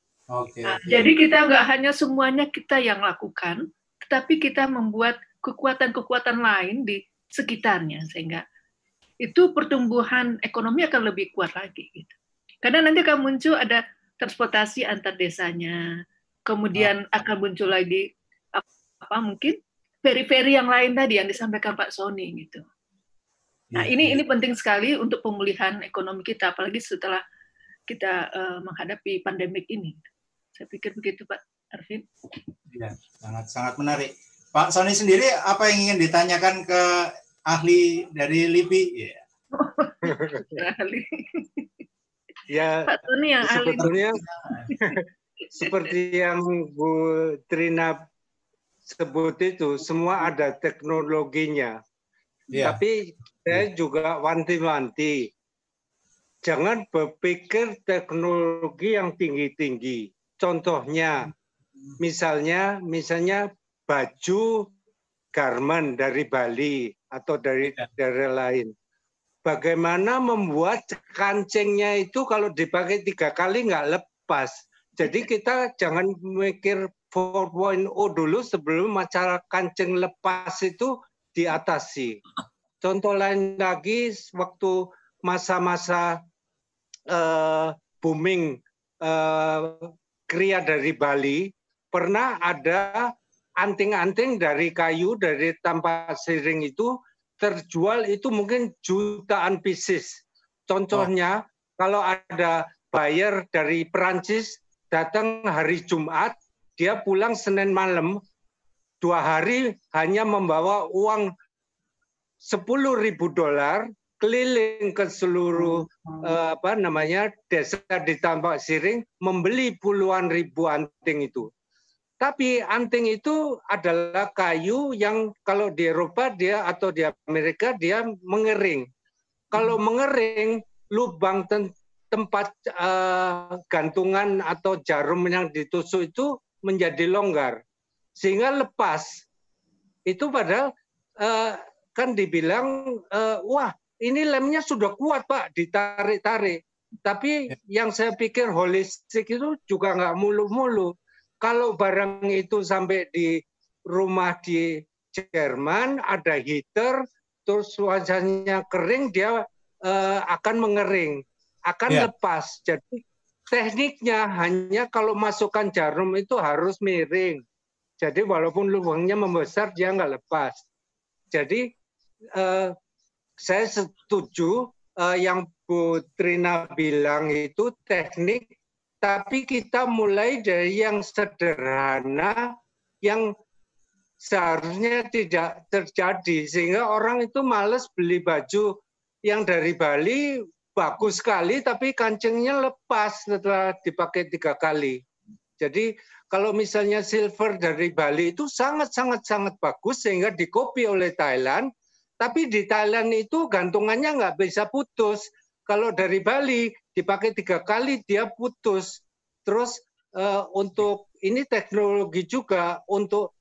Jadi kita nggak hanya semuanya kita yang lakukan, tetapi kita membuat kekuatan-kekuatan lain di sekitarnya sehingga itu pertumbuhan ekonomi akan lebih kuat lagi gitu. Karena nanti akan muncul ada transportasi antar desanya, kemudian akan muncul lagi mungkin peri-peri yang lain tadi yang disampaikan Pak Sony gitu. Nah, ini penting sekali untuk pemulihan ekonomi kita apalagi setelah kita menghadapi pandemik ini. Saya pikir begitu Pak Arvin. Ya, sangat menarik. Pak Sony sendiri apa yang ingin ditanyakan ke ahli dari LIPI? Ya, Pak Sony yang sebetulnya seperti yang Bu Trina sebut itu, semua ada teknologinya. Tapi saya juga wanti-wanti, jangan berpikir teknologi yang tinggi-tinggi. Contohnya, misalnya baju garment dari Bali atau dari daerah lain. Bagaimana membuat kancingnya itu kalau dipakai 3 kali nggak lepas. Jadi kita jangan mikir 4.0 dulu sebelum masalah kancing lepas itu diatasi. Contoh lain lagi waktu masa-masa booming kria dari Bali, pernah ada anting-anting dari kayu dari Tampak Siring itu terjual itu mungkin jutaan pieces. Contohnya kalau ada buyer dari Perancis datang hari Jumat, dia pulang Senin malam, 2 hari hanya membawa uang $10.000 keliling ke seluruh desa di Tampak Siring membeli puluhan ribu anting itu. Tapi anting itu adalah kayu yang kalau di Eropa dia atau di Amerika dia mengering. Kalau mengering, lubang tempat gantungan atau jarum yang ditusuk itu menjadi longgar sehingga lepas. Itu padahal kan dibilang wah ini lemnya sudah kuat Pak, ditarik-tarik. Tapi yang saya pikir holistik itu juga nggak mulu-mulu. Kalau barang itu sampai di rumah di Jerman ada heater, terus wajahnya kering, dia akan mengering, akan lepas. Jadi tekniknya hanya kalau masukkan jarum itu harus miring. Jadi walaupun lubangnya membesar dia nggak lepas. Jadi saya setuju yang Bu Trina bilang itu teknik. Tapi kita mulai dari yang sederhana, yang seharusnya tidak terjadi. Sehingga orang itu malas beli baju yang dari Bali, bagus sekali, tapi kancingnya lepas setelah dipakai 3 kali. Jadi kalau misalnya silver dari Bali itu sangat bagus, sehingga dikopi oleh Thailand. Tapi di Thailand itu gantungannya nggak bisa putus. Kalau dari Bali dipakai 3 kali dia putus. Terus untuk ini teknologi juga untuk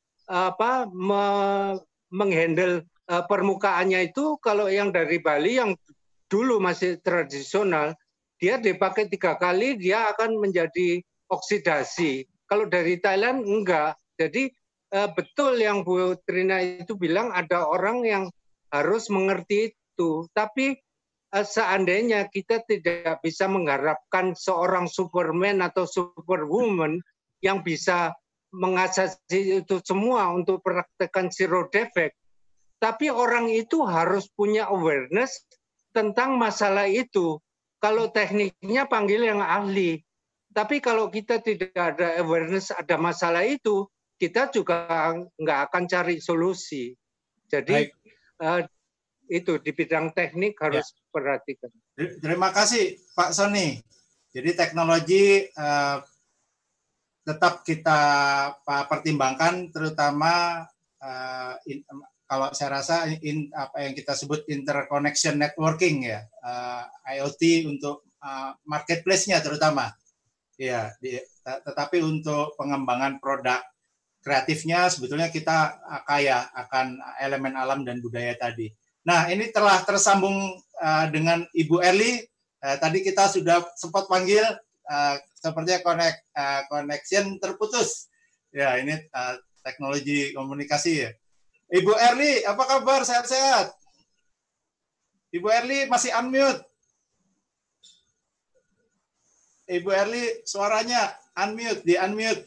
menghandle permukaannya itu. Kalau yang dari Bali yang dulu masih tradisional, dia dipakai 3 kali dia akan menjadi oksidasi. Kalau dari Thailand enggak. Jadi betul yang Bu Trina itu bilang, ada orang yang harus mengerti itu. Tapi seandainya kita tidak bisa mengharapkan seorang Superman atau Superwoman yang bisa mengatasi itu semua untuk praktekkan zero defect, tapi orang itu harus punya awareness tentang masalah itu. Kalau tekniknya panggil yang ahli, tapi kalau kita tidak ada awareness ada masalah itu, kita juga nggak akan cari solusi. Jadi itu di bidang teknik harus perhatikan. Terima kasih Pak Sony. Jadi teknologi tetap kita pertimbangkan, terutama kalau saya rasa apa yang kita sebut interconnection networking ya, IoT untuk marketplace-nya terutama. Ya, tetapi untuk pengembangan produk kreatifnya sebetulnya kita kaya akan elemen alam dan budaya tadi. Nah, ini telah tersambung dengan Ibu Erly. Tadi kita sudah sempat panggil, sepertinya connection terputus. Ya, ini teknologi komunikasi ya. Ibu Erly, apa kabar? Sehat-sehat? Ibu Erly masih unmute. Ibu Erly, suaranya unmute, di-unmute.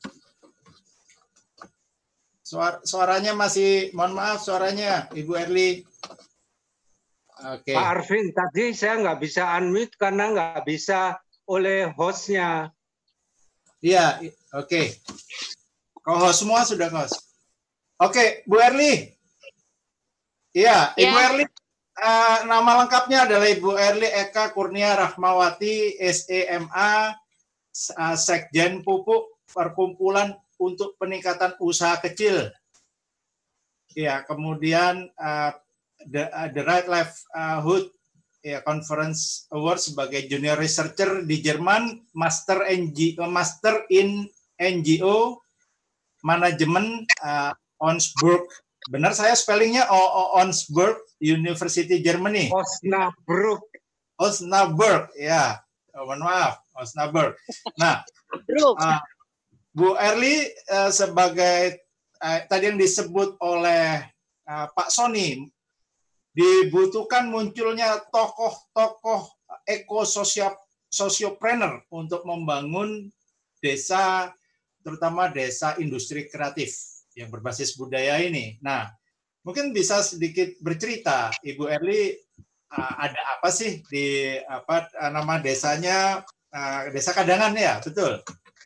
Suaranya masih, mohon maaf suaranya, Ibu Erly. Oke. Pak Arvin, tadi saya nggak bisa unmute karena nggak bisa oleh hostnya. Iya, oke. Co-host semua sudah host. Oke, Bu Erly. Iya, Ibu Erly, nama lengkapnya adalah Ibu Erly Eka Kurnia Rahmawati, SEMA, Sekjen Pupuk, Perkumpulan untuk Peningkatan Usaha Kecil. Ya, kemudian The Right Livelihood Conference Award sebagai Junior Researcher di Jerman, Master in NGO Management Osnabrück. Benar saya spellingnya Osnabrück University Germany. Osnabrück, ya. Mohon maaf, Osnabrück. Nah, Bu Erly sebagai tadi yang disebut oleh Pak Sony, dibutuhkan munculnya tokoh-tokoh sosiopreneur untuk membangun desa, terutama desa industri kreatif yang berbasis budaya ini. Nah, mungkin bisa sedikit bercerita, Ibu Erly, ada apa sih di nama desanya, Desa Kadangan ya, betul?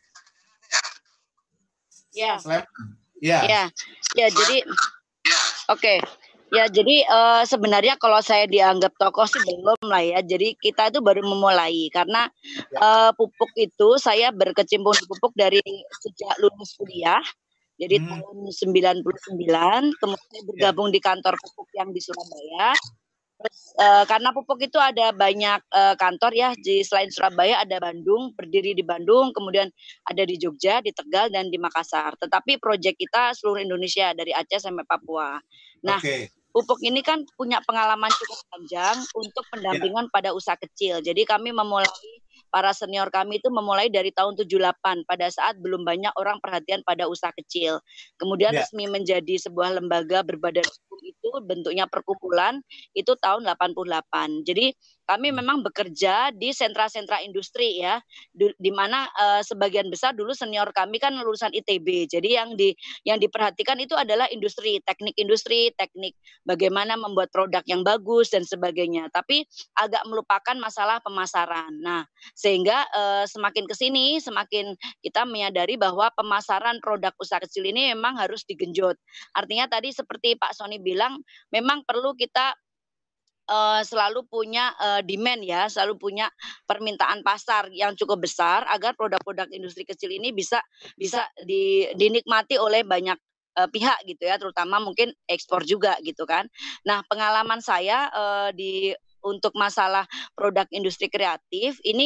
Ya. Ya, jadi oke. Ya, jadi sebenarnya kalau saya dianggap tokoh sih belum lah ya. Jadi kita itu baru memulai karena pupuk itu saya berkecimpung di pupuk dari sejak lulus kuliah. Jadi tahun 99, kemudian bergabung di kantor pupuk yang di Surabaya. Terus karena pupuk itu ada banyak kantor ya, selain Surabaya ada Bandung, berdiri di Bandung, kemudian ada di Jogja, di Tegal, dan di Makassar. Tetapi proyek kita seluruh Indonesia dari Aceh sampai Papua. Nah, pupuk ini kan punya pengalaman cukup panjang untuk pendampingan pada usaha kecil. Jadi kami memulai, para senior kami itu memulai dari tahun 78 pada saat belum banyak orang perhatian pada usaha kecil. Kemudian resmi menjadi sebuah lembaga berbadan hukum itu bentuknya perkumpulan itu tahun 88. Jadi kami memang bekerja di sentra-sentra industri ya, di mana sebagian besar dulu senior kami kan lulusan ITB. Jadi yang diperhatikan itu adalah industri, teknik bagaimana membuat produk yang bagus dan sebagainya. Tapi agak melupakan masalah pemasaran. Nah, sehingga semakin ke sini semakin kita menyadari bahwa pemasaran produk usaha kecil ini memang harus digenjot. Artinya tadi seperti Pak Sony bilang, memang perlu kita selalu punya demand ya, selalu punya permintaan pasar yang cukup besar agar produk-produk industri kecil ini bisa dinikmati oleh banyak pihak gitu ya, terutama mungkin ekspor juga gitu kan. Nah, pengalaman saya untuk masalah produk industri kreatif ini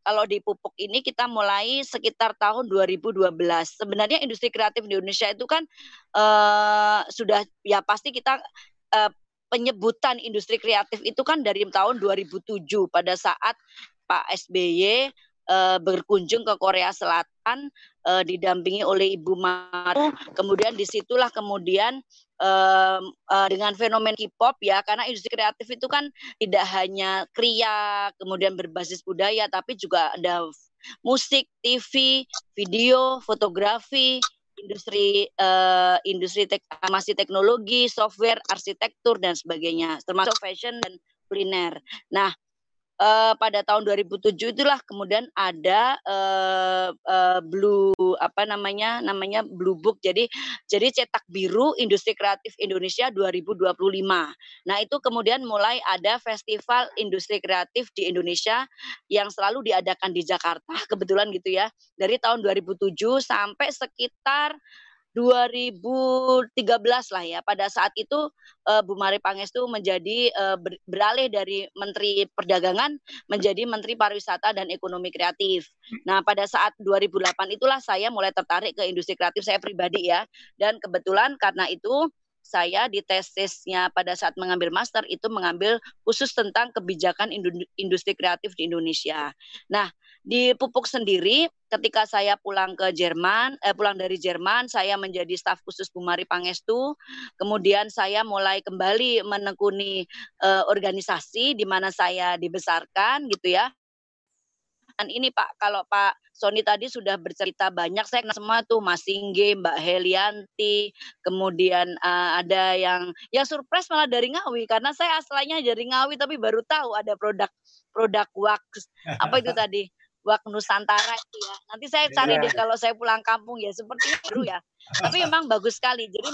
kalau di pupuk ini kita mulai sekitar tahun 2012. Sebenarnya industri kreatif di Indonesia itu kan sudah ya pasti kita penyebutan industri kreatif itu kan dari tahun 2007 pada saat Pak SBY berkunjung ke Korea Selatan didampingi oleh Ibu Maru. Kemudian disitulah kemudian dengan fenomen K-pop ya, karena industri kreatif itu kan tidak hanya kriya kemudian berbasis budaya, tapi juga ada musik, TV, video, fotografi, industri masih teknologi, software, arsitektur dan sebagainya, termasuk fashion dan kuliner. Nah, pada tahun 2007 itulah kemudian ada blue blue book, jadi cetak biru industri kreatif Indonesia 2025. Nah, itu kemudian mulai ada festival industri kreatif di Indonesia yang selalu diadakan di Jakarta, kebetulan gitu ya, dari tahun 2007 sampai sekitar 2013 lah ya. Pada saat itu Bu Mari Pangestu menjadi beralih dari Menteri Perdagangan menjadi Menteri Pariwisata dan Ekonomi Kreatif. Nah, pada saat 2008 itulah saya mulai tertarik ke industri kreatif, saya pribadi ya. Dan kebetulan karena itu saya di tesisnya pada saat mengambil master itu mengambil khusus tentang kebijakan industri kreatif di Indonesia. Nah, di pupuk sendiri ketika saya pulang dari Jerman, saya menjadi staf khusus Bu Mari Pangestu. Kemudian saya mulai kembali menekuni organisasi di mana saya dibesarkan gitu ya. Dan ini Pak, kalau Pak Sony tadi sudah bercerita banyak, saya kenal semua tuh Mas Singge, Mbak Helianti, kemudian ada yang surprise malah dari Ngawi, karena saya asalnya dari Ngawi tapi baru tahu ada produk wax, apa itu tadi? Wak Nusantara itu ya. Nanti saya cari deh kalau saya pulang kampung ya, sepertinya baru ya. Tapi memang bagus sekali. Jadi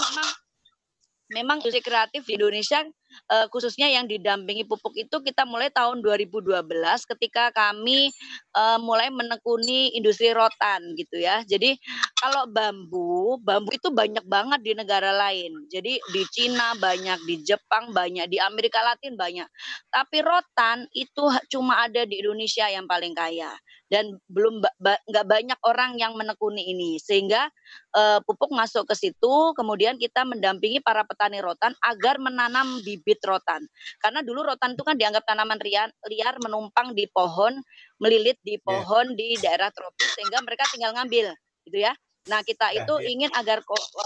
memang industri kreatif di Indonesia khususnya yang didampingi pupuk itu kita mulai tahun 2012 ketika kami mulai menekuni industri rotan gitu ya. Jadi kalau bambu itu banyak banget di negara lain. Jadi di Cina banyak, di Jepang banyak, di Amerika Latin banyak. Tapi rotan itu cuma ada di Indonesia yang paling kaya. Dan nggak banyak orang yang menekuni ini, sehingga pupuk masuk ke situ. Kemudian kita mendampingi para petani rotan agar menanam bibit rotan, karena dulu rotan itu kan dianggap tanaman liar menumpang di pohon, melilit di pohon di daerah tropis, sehingga mereka tinggal ngambil gitu ya. Nah, kita itu ingin agar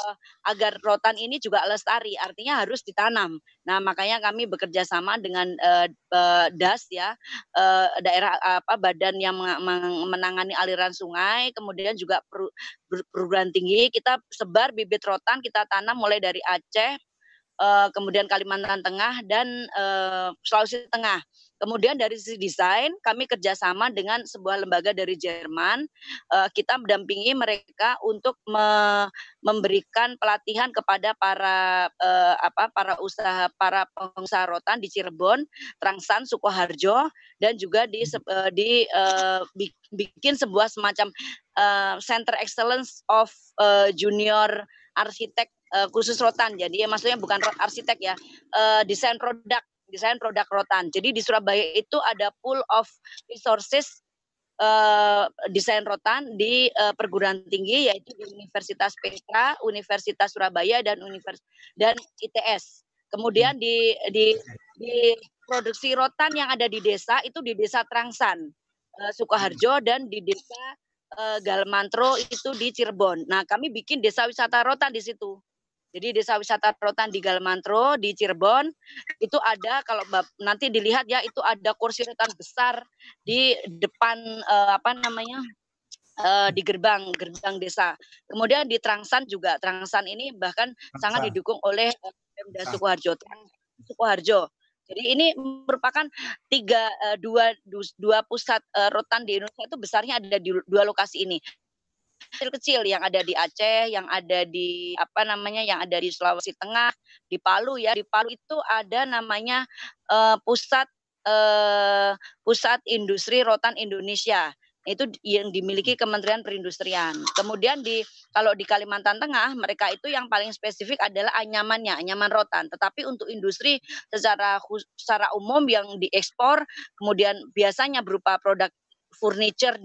rotan ini juga lestari, artinya harus ditanam. Nah, makanya kami bekerja sama dengan DAS ya, daerah badan yang menangani aliran sungai, kemudian juga perguruan tinggi. Kita sebar bibit rotan, kita tanam mulai dari Aceh, kemudian Kalimantan Tengah dan Sulawesi Tengah. Kemudian dari sisi desain kami kerjasama dengan sebuah lembaga dari Jerman. Kita mendampingi mereka untuk memberikan pelatihan kepada para pengusaha rotan di Cirebon, Trangsan, Sukoharjo, dan juga bikin sebuah semacam Center Excellence of Junior Arsitek khusus rotan. Jadi ya maksudnya bukan arsitek ya, desain produk rotan. Jadi di Surabaya itu ada pool of resources desain rotan di perguruan tinggi, yaitu di Universitas Petra, Universitas Surabaya dan ITS. Kemudian di produksi rotan yang ada di desa itu di Desa Trangsan, Sukoharjo, dan di Desa Galmantro itu di Cirebon. Nah, kami bikin desa wisata rotan di situ. Jadi desa wisata rotan di Galmantro, di Cirebon, itu ada, kalau nanti dilihat ya, itu ada kursi rotan besar di depan di gerbang desa. Kemudian di Trangsan juga, Trangsan ini bahkan sangat didukung oleh Pemda Sukoharjo. Jadi ini merupakan dua pusat rotan di Indonesia, itu besarnya ada di dua lokasi ini. Kecil yang ada di Aceh, yang ada di yang ada di Sulawesi Tengah, di Palu ya. Di Palu itu ada namanya pusat industri rotan Indonesia. Itu yang dimiliki Kementerian Perindustrian. Kemudian kalau di Kalimantan Tengah, mereka itu yang paling spesifik adalah anyaman rotan. Tetapi untuk industri secara umum yang diekspor, kemudian biasanya berupa produk furniture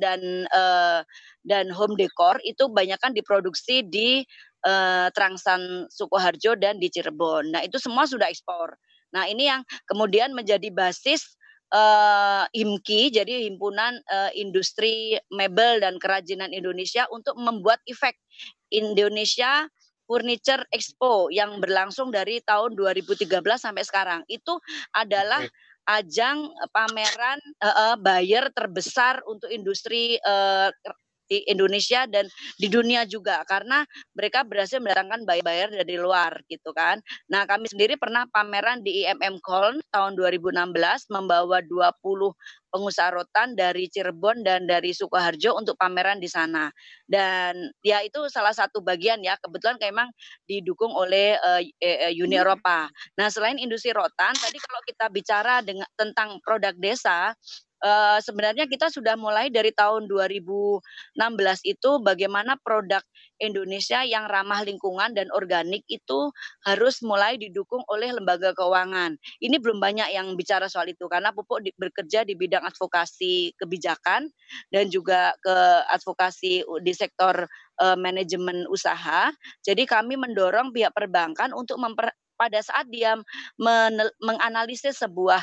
dan home decor itu banyakkan diproduksi di Trangsan Sukoharjo dan di Cirebon. Nah, itu semua sudah ekspor. Nah, ini yang kemudian menjadi basis HIMKI, jadi Himpunan Industri Mebel dan Kerajinan Indonesia, untuk membuat efek Indonesia Furniture Expo yang berlangsung dari tahun 2013 sampai sekarang. Itu adalah ajang pameran buyer terbesar untuk industri di Indonesia dan di dunia juga, karena mereka berhasil mendatangkan buyer dari luar gitu kan. Nah, kami sendiri pernah pameran di IMM Köln tahun 2016 membawa 20 pengusaha rotan dari Cirebon dan dari Sukoharjo untuk pameran di sana. Dan ya itu salah satu bagian ya, kebetulan memang didukung oleh Uni Eropa. Nah, selain industri rotan, tadi kalau kita bicara tentang produk desa, sebenarnya kita sudah mulai dari tahun 2016 itu bagaimana produk Indonesia yang ramah lingkungan dan organik itu harus mulai didukung oleh lembaga keuangan. Ini belum banyak yang bicara soal itu karena Pupuk bekerja di bidang advokasi kebijakan dan juga ke advokasi di sektor manajemen usaha. Jadi kami mendorong pihak perbankan untuk pada saat dia menganalisis sebuah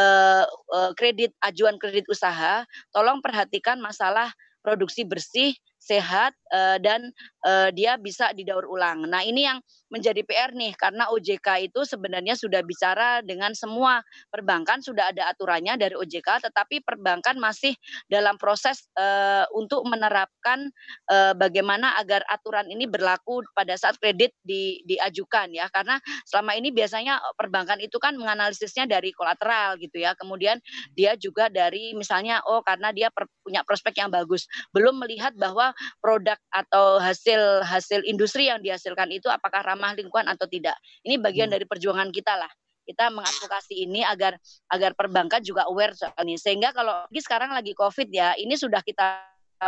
ajuan kredit usaha, tolong perhatikan masalah produksi bersih, sehat, dan dia bisa didaur ulang. Nah, ini yang menjadi PR nih, karena OJK itu sebenarnya sudah bicara dengan semua perbankan, sudah ada aturannya dari OJK, tetapi perbankan masih dalam proses untuk menerapkan bagaimana agar aturan ini berlaku pada saat kredit diajukan ya, karena selama ini biasanya perbankan itu kan menganalisisnya dari kolateral gitu ya, kemudian dia juga dari misalnya karena dia punya prospek yang bagus, belum melihat bahwa produk atau hasil industri yang dihasilkan itu apakah ramah lingkungan atau tidak. Ini bagian dari perjuangan kita lah. Kita mengadvokasi ini agar perbankan juga aware soal ini. Sehingga kalau sekarang lagi COVID ya, ini sudah kita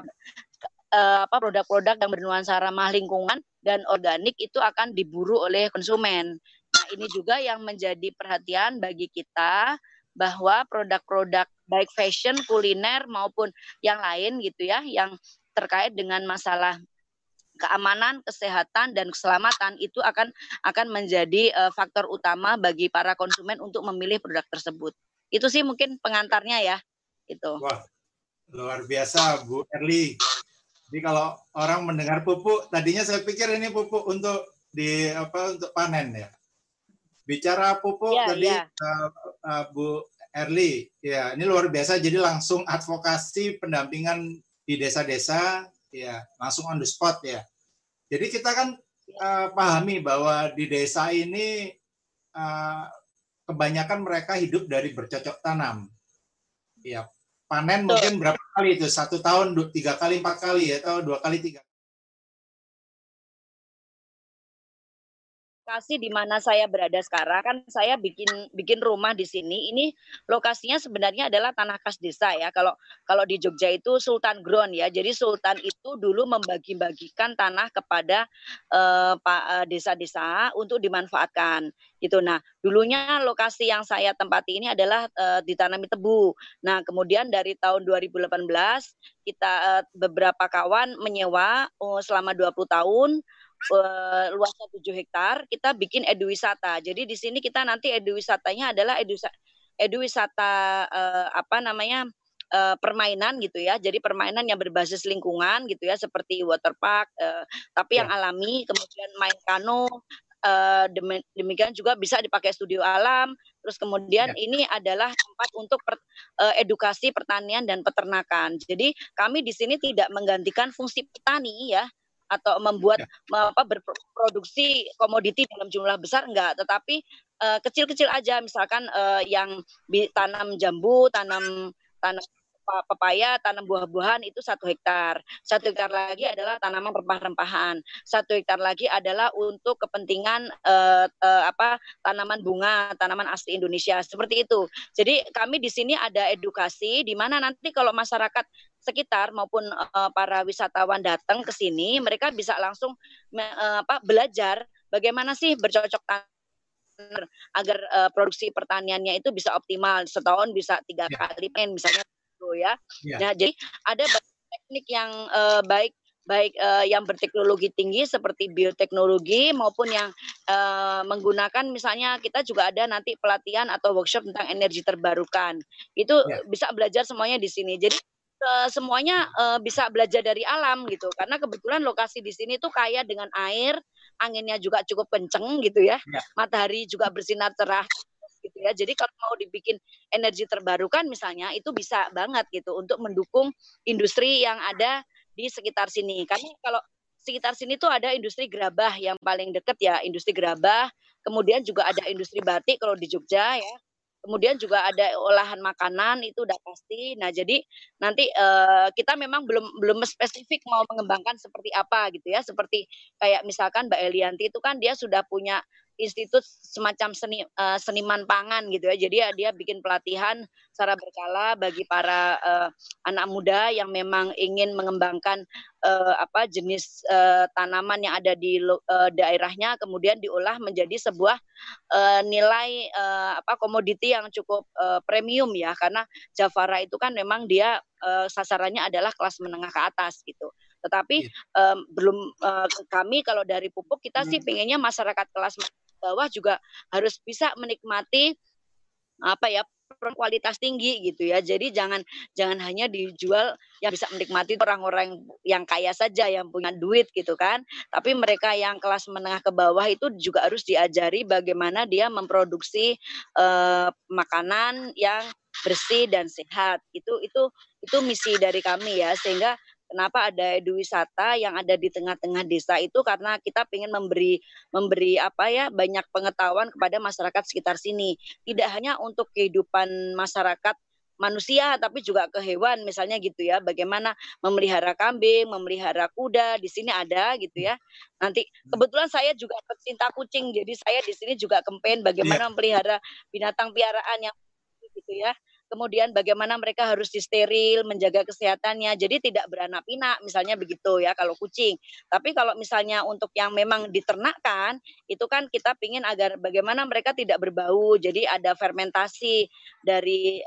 produk-produk yang bernuansa ramah lingkungan dan organik itu akan diburu oleh konsumen. Nah, ini juga yang menjadi perhatian bagi kita, bahwa produk-produk baik fashion, kuliner maupun yang lain gitu ya, yang terkait dengan masalah keamanan, kesehatan dan keselamatan itu akan menjadi faktor utama bagi para konsumen untuk memilih produk tersebut. Itu sih mungkin pengantarnya ya. Itu. Wah, luar biasa Bu Erli. Jadi kalau orang mendengar pupuk, tadinya saya pikir ini pupuk untuk untuk panen ya. Bicara pupuk tadi Bu Erli, ya ini luar biasa. Jadi langsung advokasi pendampingan di desa-desa, ya langsung on the spot ya. Jadi kita kan pahami bahwa di desa ini kebanyakan mereka hidup dari bercocok tanam. Ya, panen mungkin berapa kali itu? 1 tahun 3 kali 4 kali atau 2 kali 3 kali. Lokasi di mana saya berada sekarang kan saya bikin rumah di sini. Ini lokasinya sebenarnya adalah tanah kas desa ya. Kalau di Jogja itu Sultan Ground ya. Jadi Sultan itu dulu membagi-bagikan tanah kepada desa-desa untuk dimanfaatkan gitu. Nah, dulunya lokasi yang saya tempati ini adalah ditanami tebu. Nah, kemudian dari tahun 2018 kita beberapa kawan menyewa selama 20 tahun luasnya 7 hektar, kita bikin eduwisata. Jadi di sini kita nanti eduwisatanya adalah eduwisata permainan gitu ya. Jadi permainan yang berbasis lingkungan gitu ya, seperti water park, tapi yang alami, kemudian main kano, demikian juga bisa dipakai studio alam. Terus kemudian ini adalah tempat untuk edukasi pertanian dan peternakan. Jadi kami di sini tidak menggantikan fungsi petani ya, atau membuat berproduksi komoditi dalam jumlah besar enggak, tetapi kecil-kecil aja, misalkan yang tanam jambu, tanam pepaya, tanam buah-buahan itu 1 hektar. 1 hektar lagi adalah tanaman rempah-rempahan. 1 hektar lagi adalah untuk kepentingan tanaman bunga, tanaman asli Indonesia, seperti itu. Jadi kami di sini ada edukasi di mana nanti kalau masyarakat sekitar maupun para wisatawan datang ke sini, mereka bisa langsung belajar bagaimana sih bercocok agar produksi pertaniannya itu bisa optimal, setahun bisa 3 kali panen, misalnya gitu ya. Nah, jadi ada teknik yang baik yang berteknologi tinggi seperti bioteknologi maupun yang menggunakan, misalnya kita juga ada nanti pelatihan atau workshop tentang energi terbarukan. Itu bisa belajar semuanya di sini. Jadi semuanya bisa belajar dari alam gitu, karena kebetulan lokasi di sini tuh kaya dengan air, anginnya juga cukup kenceng gitu ya, matahari juga bersinar cerah gitu ya. Jadi kalau mau dibikin energi terbarukan misalnya, itu bisa banget gitu untuk mendukung industri yang ada di sekitar sini. Karena kalau sekitar sini tuh ada industri gerabah yang paling deket ya, industri gerabah, kemudian juga ada industri batik kalau di Jogja ya. Kemudian juga ada olahan makanan, itu udah pasti. Nah, jadi nanti kita memang belum spesifik mau mengembangkan seperti apa gitu ya. Seperti kayak misalkan Mbak Elianti itu kan dia sudah punya institut semacam seniman pangan gitu ya. Jadi dia bikin pelatihan secara berkala bagi para anak muda yang memang ingin mengembangkan jenis tanaman yang ada di daerahnya, kemudian diolah menjadi sebuah nilai komoditi yang cukup premium ya, karena Jafara itu kan memang dia sasarannya adalah kelas menengah ke atas gitu. Tetapi kami kalau dari pupuk kita sih pengennya masyarakat kelas bawah juga harus bisa menikmati kualitas tinggi gitu ya. Jadi jangan hanya dijual yang bisa menikmati orang-orang yang kaya saja, yang punya duit gitu kan. Tapi mereka yang kelas menengah ke bawah itu juga harus diajari bagaimana dia memproduksi makanan yang bersih dan sehat. Itu misi dari kami ya, sehingga kenapa ada eduwisata yang ada di tengah-tengah desa itu karena kita ingin memberi banyak pengetahuan kepada masyarakat sekitar sini. Tidak hanya untuk kehidupan masyarakat manusia tapi juga ke hewan misalnya gitu ya. Bagaimana memelihara kambing, memelihara kuda, di sini ada gitu ya. Nanti kebetulan saya juga pecinta kucing, jadi saya di sini juga campaign bagaimana memelihara binatang piaraan yang gitu ya. Kemudian bagaimana mereka harus disteril, menjaga kesehatannya. Jadi tidak beranak pinak misalnya begitu ya kalau kucing. Tapi kalau misalnya untuk yang memang diternakkan, itu kan kita pingin agar bagaimana mereka tidak berbau. Jadi ada fermentasi dari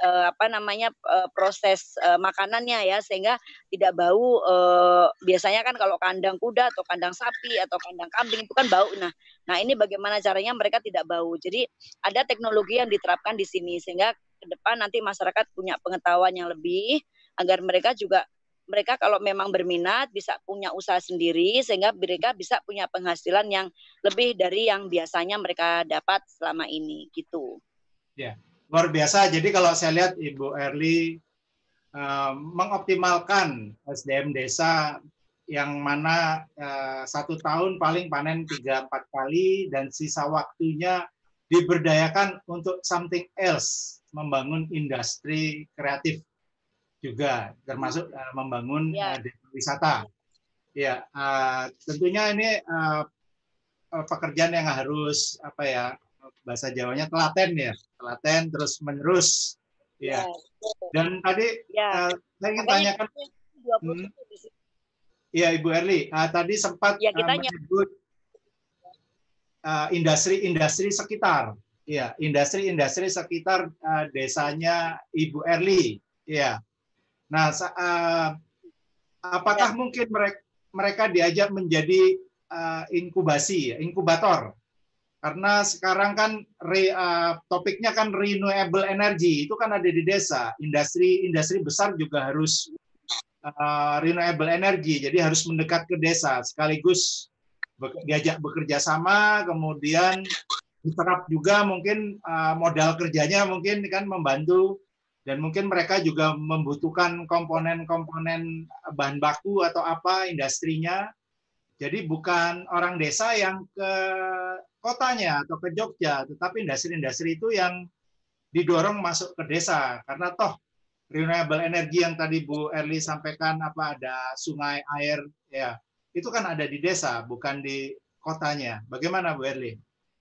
proses makanannya ya, sehingga tidak bau. Biasanya kan kalau kandang kuda atau kandang sapi atau kandang kambing itu kan bau. Nah ini bagaimana caranya mereka tidak bau. Jadi ada teknologi yang diterapkan di sini sehingga ke depan nanti masyarakat punya pengetahuan yang lebih, agar mereka kalau memang berminat bisa punya usaha sendiri sehingga mereka bisa punya penghasilan yang lebih dari yang biasanya mereka dapat selama ini gitu. Ya, luar biasa. Jadi kalau saya lihat Ibu Erly mengoptimalkan SDM desa yang mana 1 tahun paling panen 3-4 kali dan sisa waktunya diberdayakan untuk something else, membangun industri kreatif juga, termasuk membangun wisata. Ya, tentunya ini pekerjaan yang harus bahasa Jawanya telaten terus menerus. Ya. Dan tadi saya ingin tanyakan, ya Ibu Erly, tadi sempat menyebut industri sekitar. Ya, industri sekitar desanya Ibu Erly. Ya. Nah, apakah mungkin mereka diajak menjadi inkubator? Karena sekarang kan topiknya kan renewable energy, itu kan ada di desa. Industri besar juga harus renewable energy, jadi harus mendekat ke desa, sekaligus diajak bekerja sama, kemudian diterap juga mungkin modal kerjanya mungkin kan membantu, dan mungkin mereka juga membutuhkan komponen-komponen bahan baku atau apa industrinya. Jadi bukan orang desa yang ke kotanya atau ke Jogja, tetapi industri-industri itu yang didorong masuk ke desa, karena toh renewable energy yang tadi Bu Erly sampaikan ada sungai, air, ya itu kan ada di desa, bukan di kotanya. Bagaimana Bu Erly?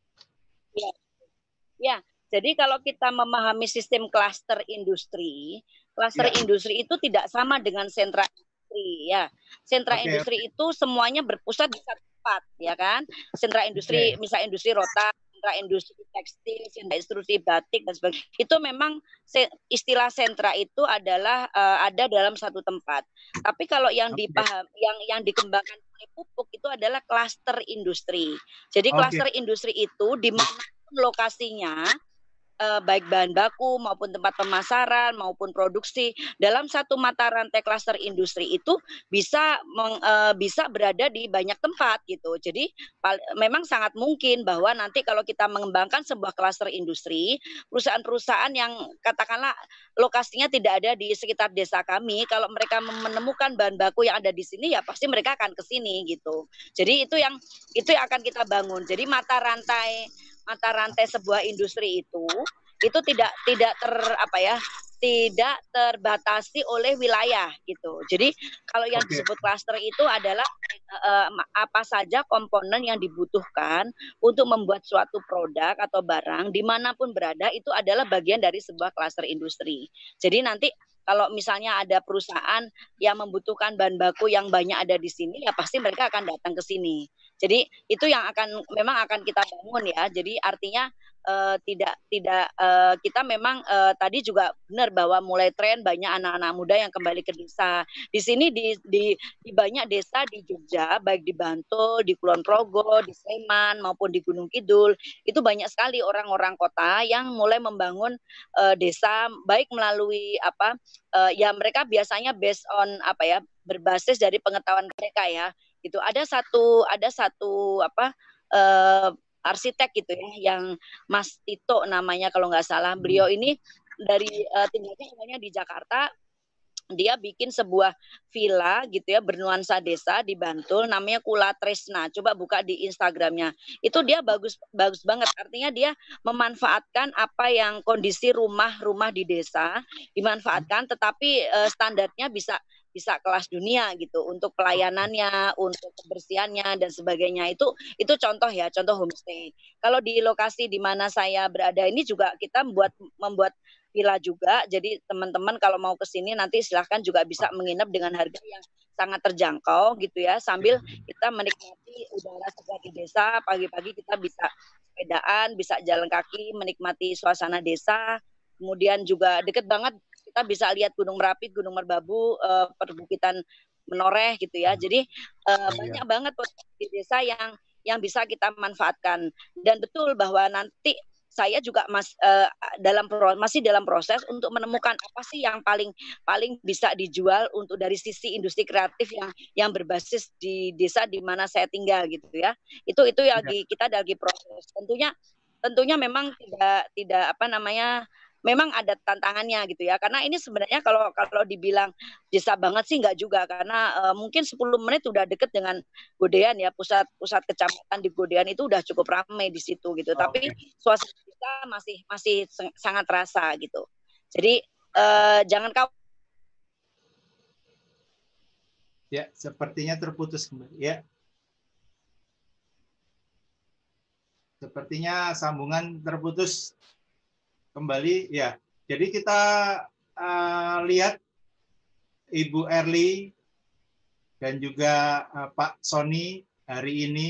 Ya, jadi kalau kita memahami sistem klaster industri itu tidak sama dengan sentra industri ya. Sentra industri itu semuanya berpusat di satu tempat ya kan. Sentra industri misalnya industri rotan, sentra industri tekstil, sentra industri batik dan sebagainya. Itu memang istilah sentra itu adalah ada dalam satu tempat. Tapi kalau yang yang dikembangkan oleh pupuk itu adalah klaster industri. Jadi klaster industri itu di mana lokasinya, baik bahan baku maupun tempat pemasaran maupun produksi dalam satu mata rantai klaster industri itu bisa berada di banyak tempat gitu. Jadi memang sangat mungkin bahwa nanti kalau kita mengembangkan sebuah klaster industri, perusahaan-perusahaan yang katakanlah lokasinya tidak ada di sekitar desa kami, kalau mereka menemukan bahan baku yang ada di sini ya pasti mereka akan ke sini gitu. Jadi itu yang akan kita bangun. Jadi mata rantai sebuah industri itu tidak tidak terbatasi oleh wilayah gitu. Jadi kalau yang disebut klaster itu adalah apa saja komponen yang dibutuhkan untuk membuat suatu produk atau barang dimanapun berada itu adalah bagian dari sebuah klaster industri. Jadi nanti kalau misalnya ada perusahaan yang membutuhkan bahan baku yang banyak ada di sini, ya pasti mereka akan datang ke sini. Jadi itu yang memang akan kita bangun ya. Jadi artinya kita memang tadi juga benar bahwa mulai tren banyak anak-anak muda yang kembali ke desa. Di sini di banyak desa di Jogja, baik di Bantul, di Kulon Progo, di Sleman maupun di Gunung Kidul, itu banyak sekali orang-orang kota yang mulai membangun desa baik melalui ya mereka biasanya based on berbasis dari pengetahuan mereka ya. Itu ada satu arsitek gitu ya, yang Mas Tito namanya kalau nggak salah. Beliau ini dari tinggalnya di Jakarta. Dia bikin sebuah villa gitu ya bernuansa desa di Bantul, namanya Kula Tresna. Coba buka di Instagramnya. Itu dia bagus banget. Artinya dia memanfaatkan apa yang kondisi rumah-rumah di desa dimanfaatkan, tetapi standarnya bisa kelas dunia gitu untuk pelayanannya, untuk kebersihannya dan sebagainya. Itu contoh ya, contoh homestay. Kalau di lokasi di mana saya berada ini juga kita membuat villa juga. Jadi teman-teman kalau mau ke sini nanti silahkan juga bisa menginap dengan harga yang sangat terjangkau gitu ya, sambil kita menikmati udara segar di desa. Pagi-pagi kita bisa sepedaan, bisa jalan kaki, menikmati suasana desa. Kemudian juga deket banget kita bisa lihat Gunung Merapi, Gunung Merbabu, perbukitan Menoreh gitu ya. Jadi banyak banget di desa yang bisa kita manfaatkan. Dan betul bahwa nanti saya juga masih dalam proses untuk menemukan apa sih yang paling bisa dijual untuk dari sisi industri kreatif yang berbasis di desa di mana saya tinggal gitu ya. Itu kita lagi proses. Tentunya memang tidak memang ada tantangannya gitu ya, karena ini sebenarnya kalau dibilang desa banget sih nggak juga, karena mungkin 10 menit udah deket dengan Godean ya, pusat kecamatan di Godean itu udah cukup ramai di situ gitu. Tapi suasana kita masih sangat terasa gitu. Jadi jangan ya, sepertinya terputus kembali ya. Sepertinya sambungan terputus kembali ya. Jadi kita lihat Ibu Erli dan juga Pak Sony hari ini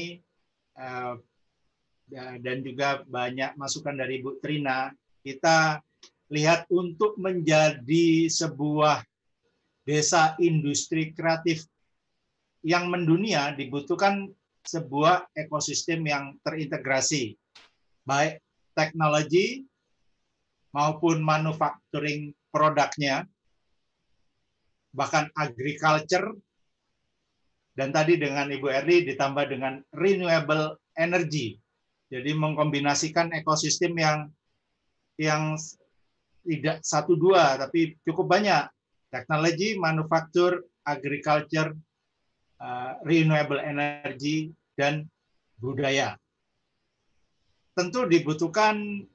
dan juga banyak masukan dari Ibu Trina. Kita lihat untuk menjadi sebuah desa industri kreatif yang mendunia dibutuhkan sebuah ekosistem yang terintegrasi, baik teknologi maupun manufacturing produknya, bahkan agriculture, dan tadi dengan Ibu Erli ditambah dengan renewable energy. Jadi mengkombinasikan ekosistem yang tidak 1-2, tapi cukup banyak. Teknologi, manufaktur, agriculture, renewable energy, dan budaya. Tentu dibutuhkan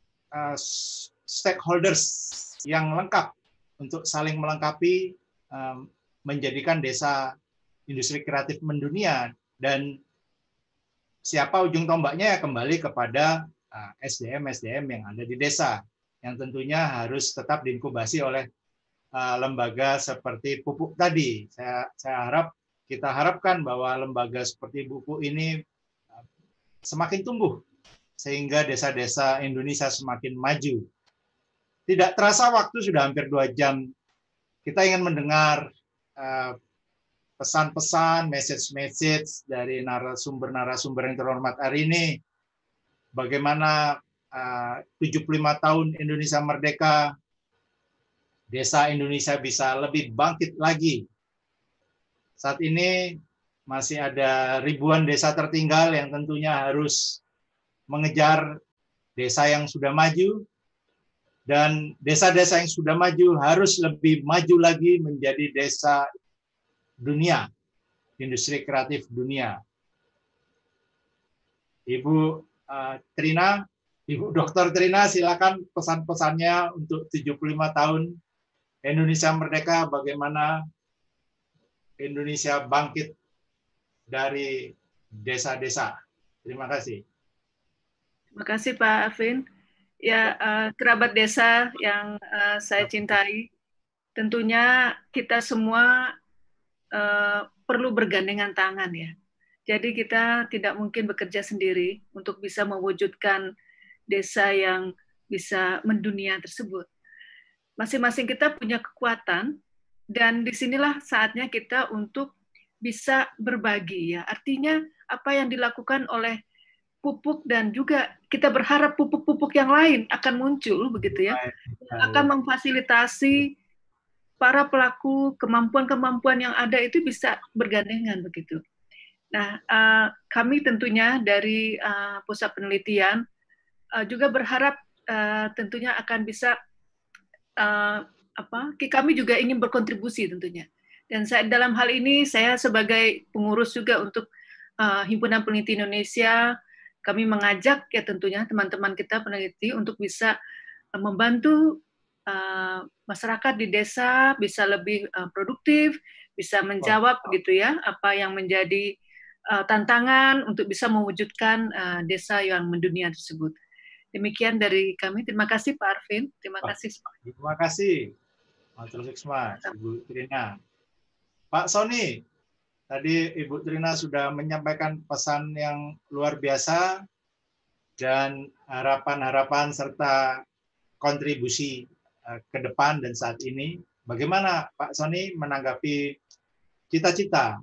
stakeholders yang lengkap untuk saling melengkapi, menjadikan desa industri kreatif mendunia. Dan siapa ujung tombaknya ya kembali kepada SDM yang ada di desa, yang tentunya harus tetap diinkubasi oleh lembaga seperti Pupuk tadi. Kita harapkan bahwa lembaga seperti Pupuk ini semakin tumbuh sehingga desa-desa Indonesia semakin maju. Tidak terasa waktu sudah hampir 2 jam. Kita ingin mendengar pesan-pesan, message-message dari narasumber-narasumber yang terhormat hari ini. Bagaimana 75 tahun Indonesia merdeka, desa Indonesia bisa lebih bangkit lagi. Saat ini masih ada ribuan desa tertinggal yang tentunya harus mengejar desa yang sudah maju, dan desa-desa yang sudah maju harus lebih maju lagi menjadi desa dunia, industri kreatif dunia. Ibu Trina, Ibu Dr. Trina, silakan pesan-pesannya untuk 75 tahun Indonesia merdeka, bagaimana Indonesia bangkit dari desa-desa. Terima kasih. Terima kasih Pak Alvin. Ya, kerabat desa yang saya cintai, tentunya kita semua perlu bergandengan tangan ya. Jadi kita tidak mungkin bekerja sendiri untuk bisa mewujudkan desa yang bisa mendunia tersebut. Masing-masing kita punya kekuatan, dan disinilah saatnya kita untuk bisa berbagi ya. Artinya apa yang dilakukan oleh pupuk, dan juga kita berharap pupuk-pupuk yang lain akan muncul begitu ya, akan memfasilitasi para pelaku kemampuan-kemampuan yang ada itu bisa bergandengan begitu. Nah, kami tentunya dari pusat penelitian juga berharap tentunya akan bisa kami juga ingin berkontribusi tentunya. Dan saya dalam hal ini saya sebagai pengurus juga untuk Himpunan Peneliti Indonesia, kami mengajak ya tentunya teman-teman kita peneliti untuk bisa membantu masyarakat di desa bisa lebih produktif, bisa menjawab gitu ya apa yang menjadi tantangan untuk bisa mewujudkan desa yang mendunia tersebut. Demikian dari kami. Terima kasih Pak Arvin. Terima kasih. Terima kasih, Matur Suksma, Ibu Trina. Pak Sony, tadi Ibu Trina sudah menyampaikan pesan yang luar biasa dan harapan-harapan serta kontribusi ke depan dan saat ini. Bagaimana Pak Sony menanggapi cita-cita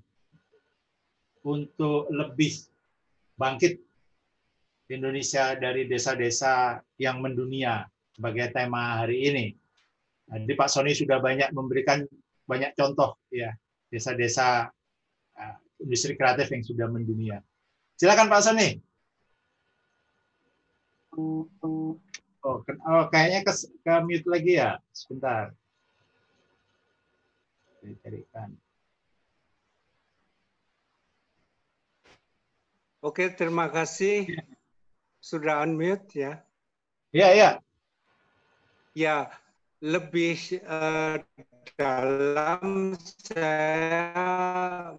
untuk lebih bangkit Indonesia dari desa-desa yang mendunia sebagai tema hari ini? Jadi Pak Sony sudah banyak memberikan banyak contoh ya desa-desa industri kreatif yang sudah mendunia. Silakan Pak Sony. Kayaknya ke mute lagi ya. Sebentar. Carikan. Oke, terima kasih. Sudah unmute ya? Iya, iya. Ya, lebih dalam saya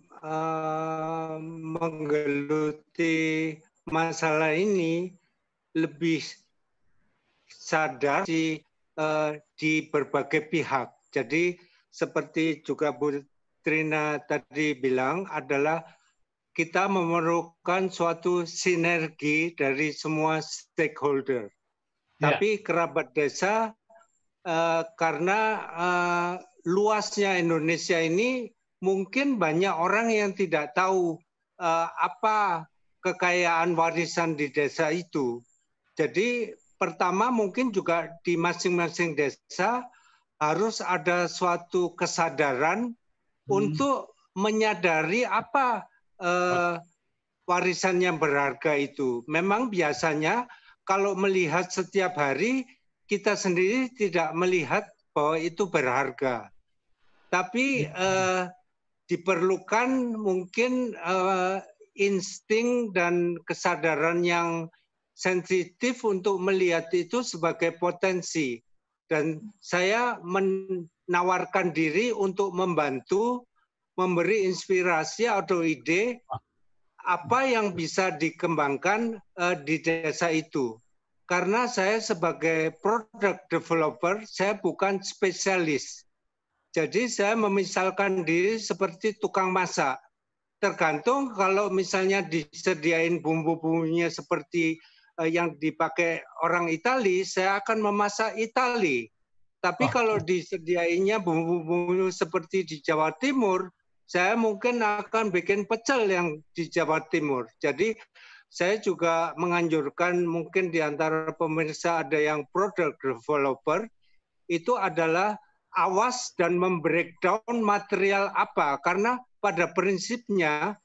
menggeluti masalah ini lebih sadar di berbagai pihak. Jadi seperti juga Bu Trina tadi bilang adalah kita memerlukan suatu sinergi dari semua stakeholder. Tapi kerabat desa karena luasnya Indonesia ini mungkin banyak orang yang tidak tahu apa kekayaan warisan di desa itu. Jadi pertama mungkin juga di masing-masing desa harus ada suatu kesadaran untuk menyadari apa warisan yang berharga itu. Memang biasanya kalau melihat setiap hari, kita sendiri tidak melihat bahwa itu berharga. Tapi diperlukan mungkin insting dan kesadaran yang sensitif untuk melihat itu sebagai potensi. Dan saya menawarkan diri untuk membantu memberi inspirasi atau ide apa yang bisa dikembangkan di desa itu. Karena saya sebagai product developer, saya bukan spesialis. Jadi saya memisalkan diri seperti tukang masak. Tergantung kalau misalnya disediain bumbu-bumbunya seperti yang dipakai orang Itali, saya akan memasak Itali. Tapi kalau disediainya bumbu-bumbu seperti di Jawa Timur, saya mungkin akan bikin pecel yang di Jawa Timur. Jadi saya juga menganjurkan mungkin di antara pemirsa ada yang product developer, itu adalah awas dan membreakdown material apa. Karena pada prinsipnya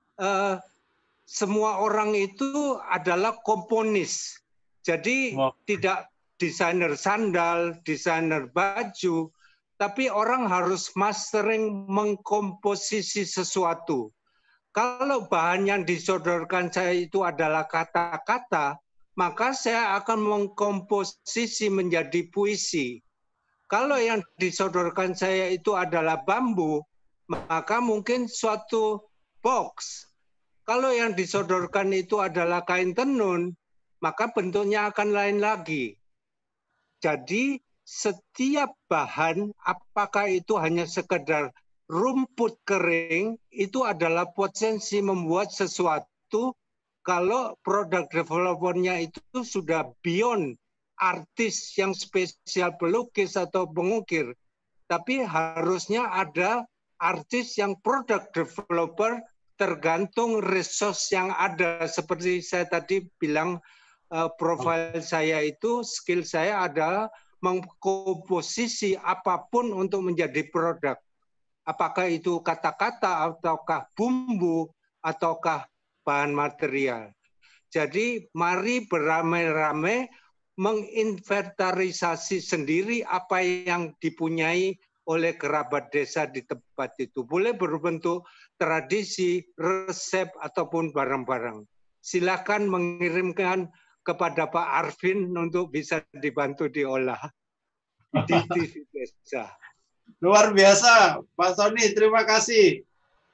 semua orang itu adalah komponis. Jadi tidak desainer sandal, desainer baju, tapi orang harus mastering mengkomposisi sesuatu. Kalau bahan yang disodorkan saya itu adalah kata-kata, maka saya akan mengkomposisi menjadi puisi. Kalau yang disodorkan saya itu adalah bambu, maka mungkin suatu box. Kalau yang disodorkan itu adalah kain tenun, maka bentuknya akan lain lagi. Jadi setiap bahan, apakah itu hanya sekedar rumput kering, itu adalah potensi membuat sesuatu kalau produk developernya itu sudah beyond artis yang spesial pelukis atau pengukir. Tapi harusnya ada artis yang produk developer tergantung resource yang ada. Seperti saya tadi bilang, profil saya itu, skill saya adalah mengkomposisi apapun untuk menjadi produk. Apakah itu kata-kata, ataukah bumbu, ataukah bahan material. Jadi mari beramai-ramai menginventarisasi sendiri apa yang dipunyai oleh kerabat desa di tempat itu. Boleh berbentuk tradisi, resep, ataupun barang-barang. Silakan mengirimkan kepada Pak Arvin untuk bisa dibantu diolah di TV desa. Luar biasa, Pak Sony, terima kasih.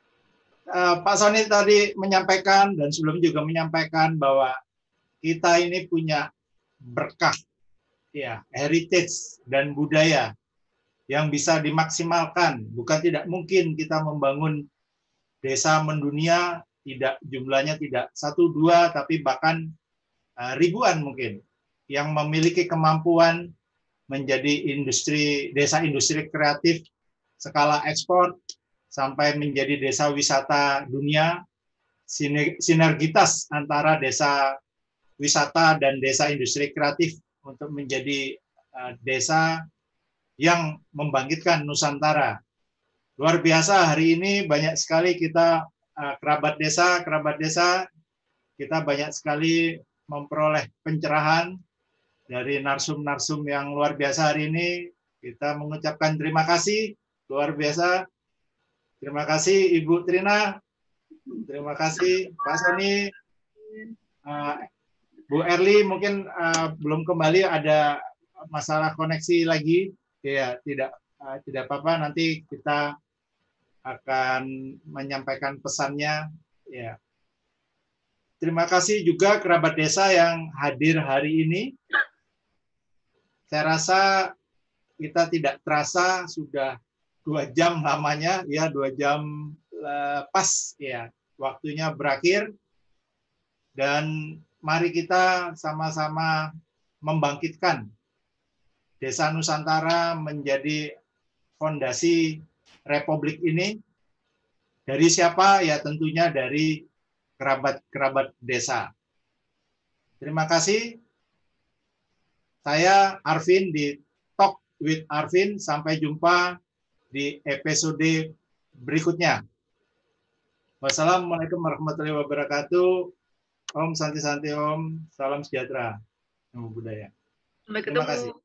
Pak Sony tadi menyampaikan dan sebelum juga menyampaikan bahwa kita ini punya berkah, ya, heritage dan budaya yang bisa dimaksimalkan. Bukan tidak mungkin kita membangun desa mendunia, tidak jumlahnya tidak 1-2, tapi bahkan ribuan mungkin yang memiliki kemampuan menjadi desa industri kreatif skala ekspor sampai menjadi desa wisata dunia, sinergitas antara desa wisata dan desa industri kreatif untuk menjadi desa yang membangkitkan Nusantara. Luar biasa, hari ini banyak sekali kita kerabat desa, kita banyak sekali memperoleh pencerahan dari narsum-narsum yang luar biasa hari ini. Kita mengucapkan terima kasih, luar biasa. Terima kasih Ibu Trina, terima kasih Pak Sony, Bu Erli mungkin belum kembali, ada masalah koneksi lagi, ya tidak apa-apa, nanti kita akan menyampaikan pesannya. Ya. Terima kasih juga kerabat desa yang hadir hari ini. Saya rasa kita tidak terasa sudah 2 jam lamanya, ya 2 jam pas, ya waktunya berakhir. Dan mari kita sama-sama membangkitkan Desa Nusantara menjadi fondasi Republik ini. Dari siapa? Ya tentunya dari kerabat-kerabat desa. Terima kasih. Saya Arvin di Talk with Arvin. Sampai jumpa di episode berikutnya. Wassalamualaikum warahmatullahi wabarakatuh. Om Santi Santi Om. Salam sejahtera. Namo Buddhaya. Sampai Terima ketemu. kasih.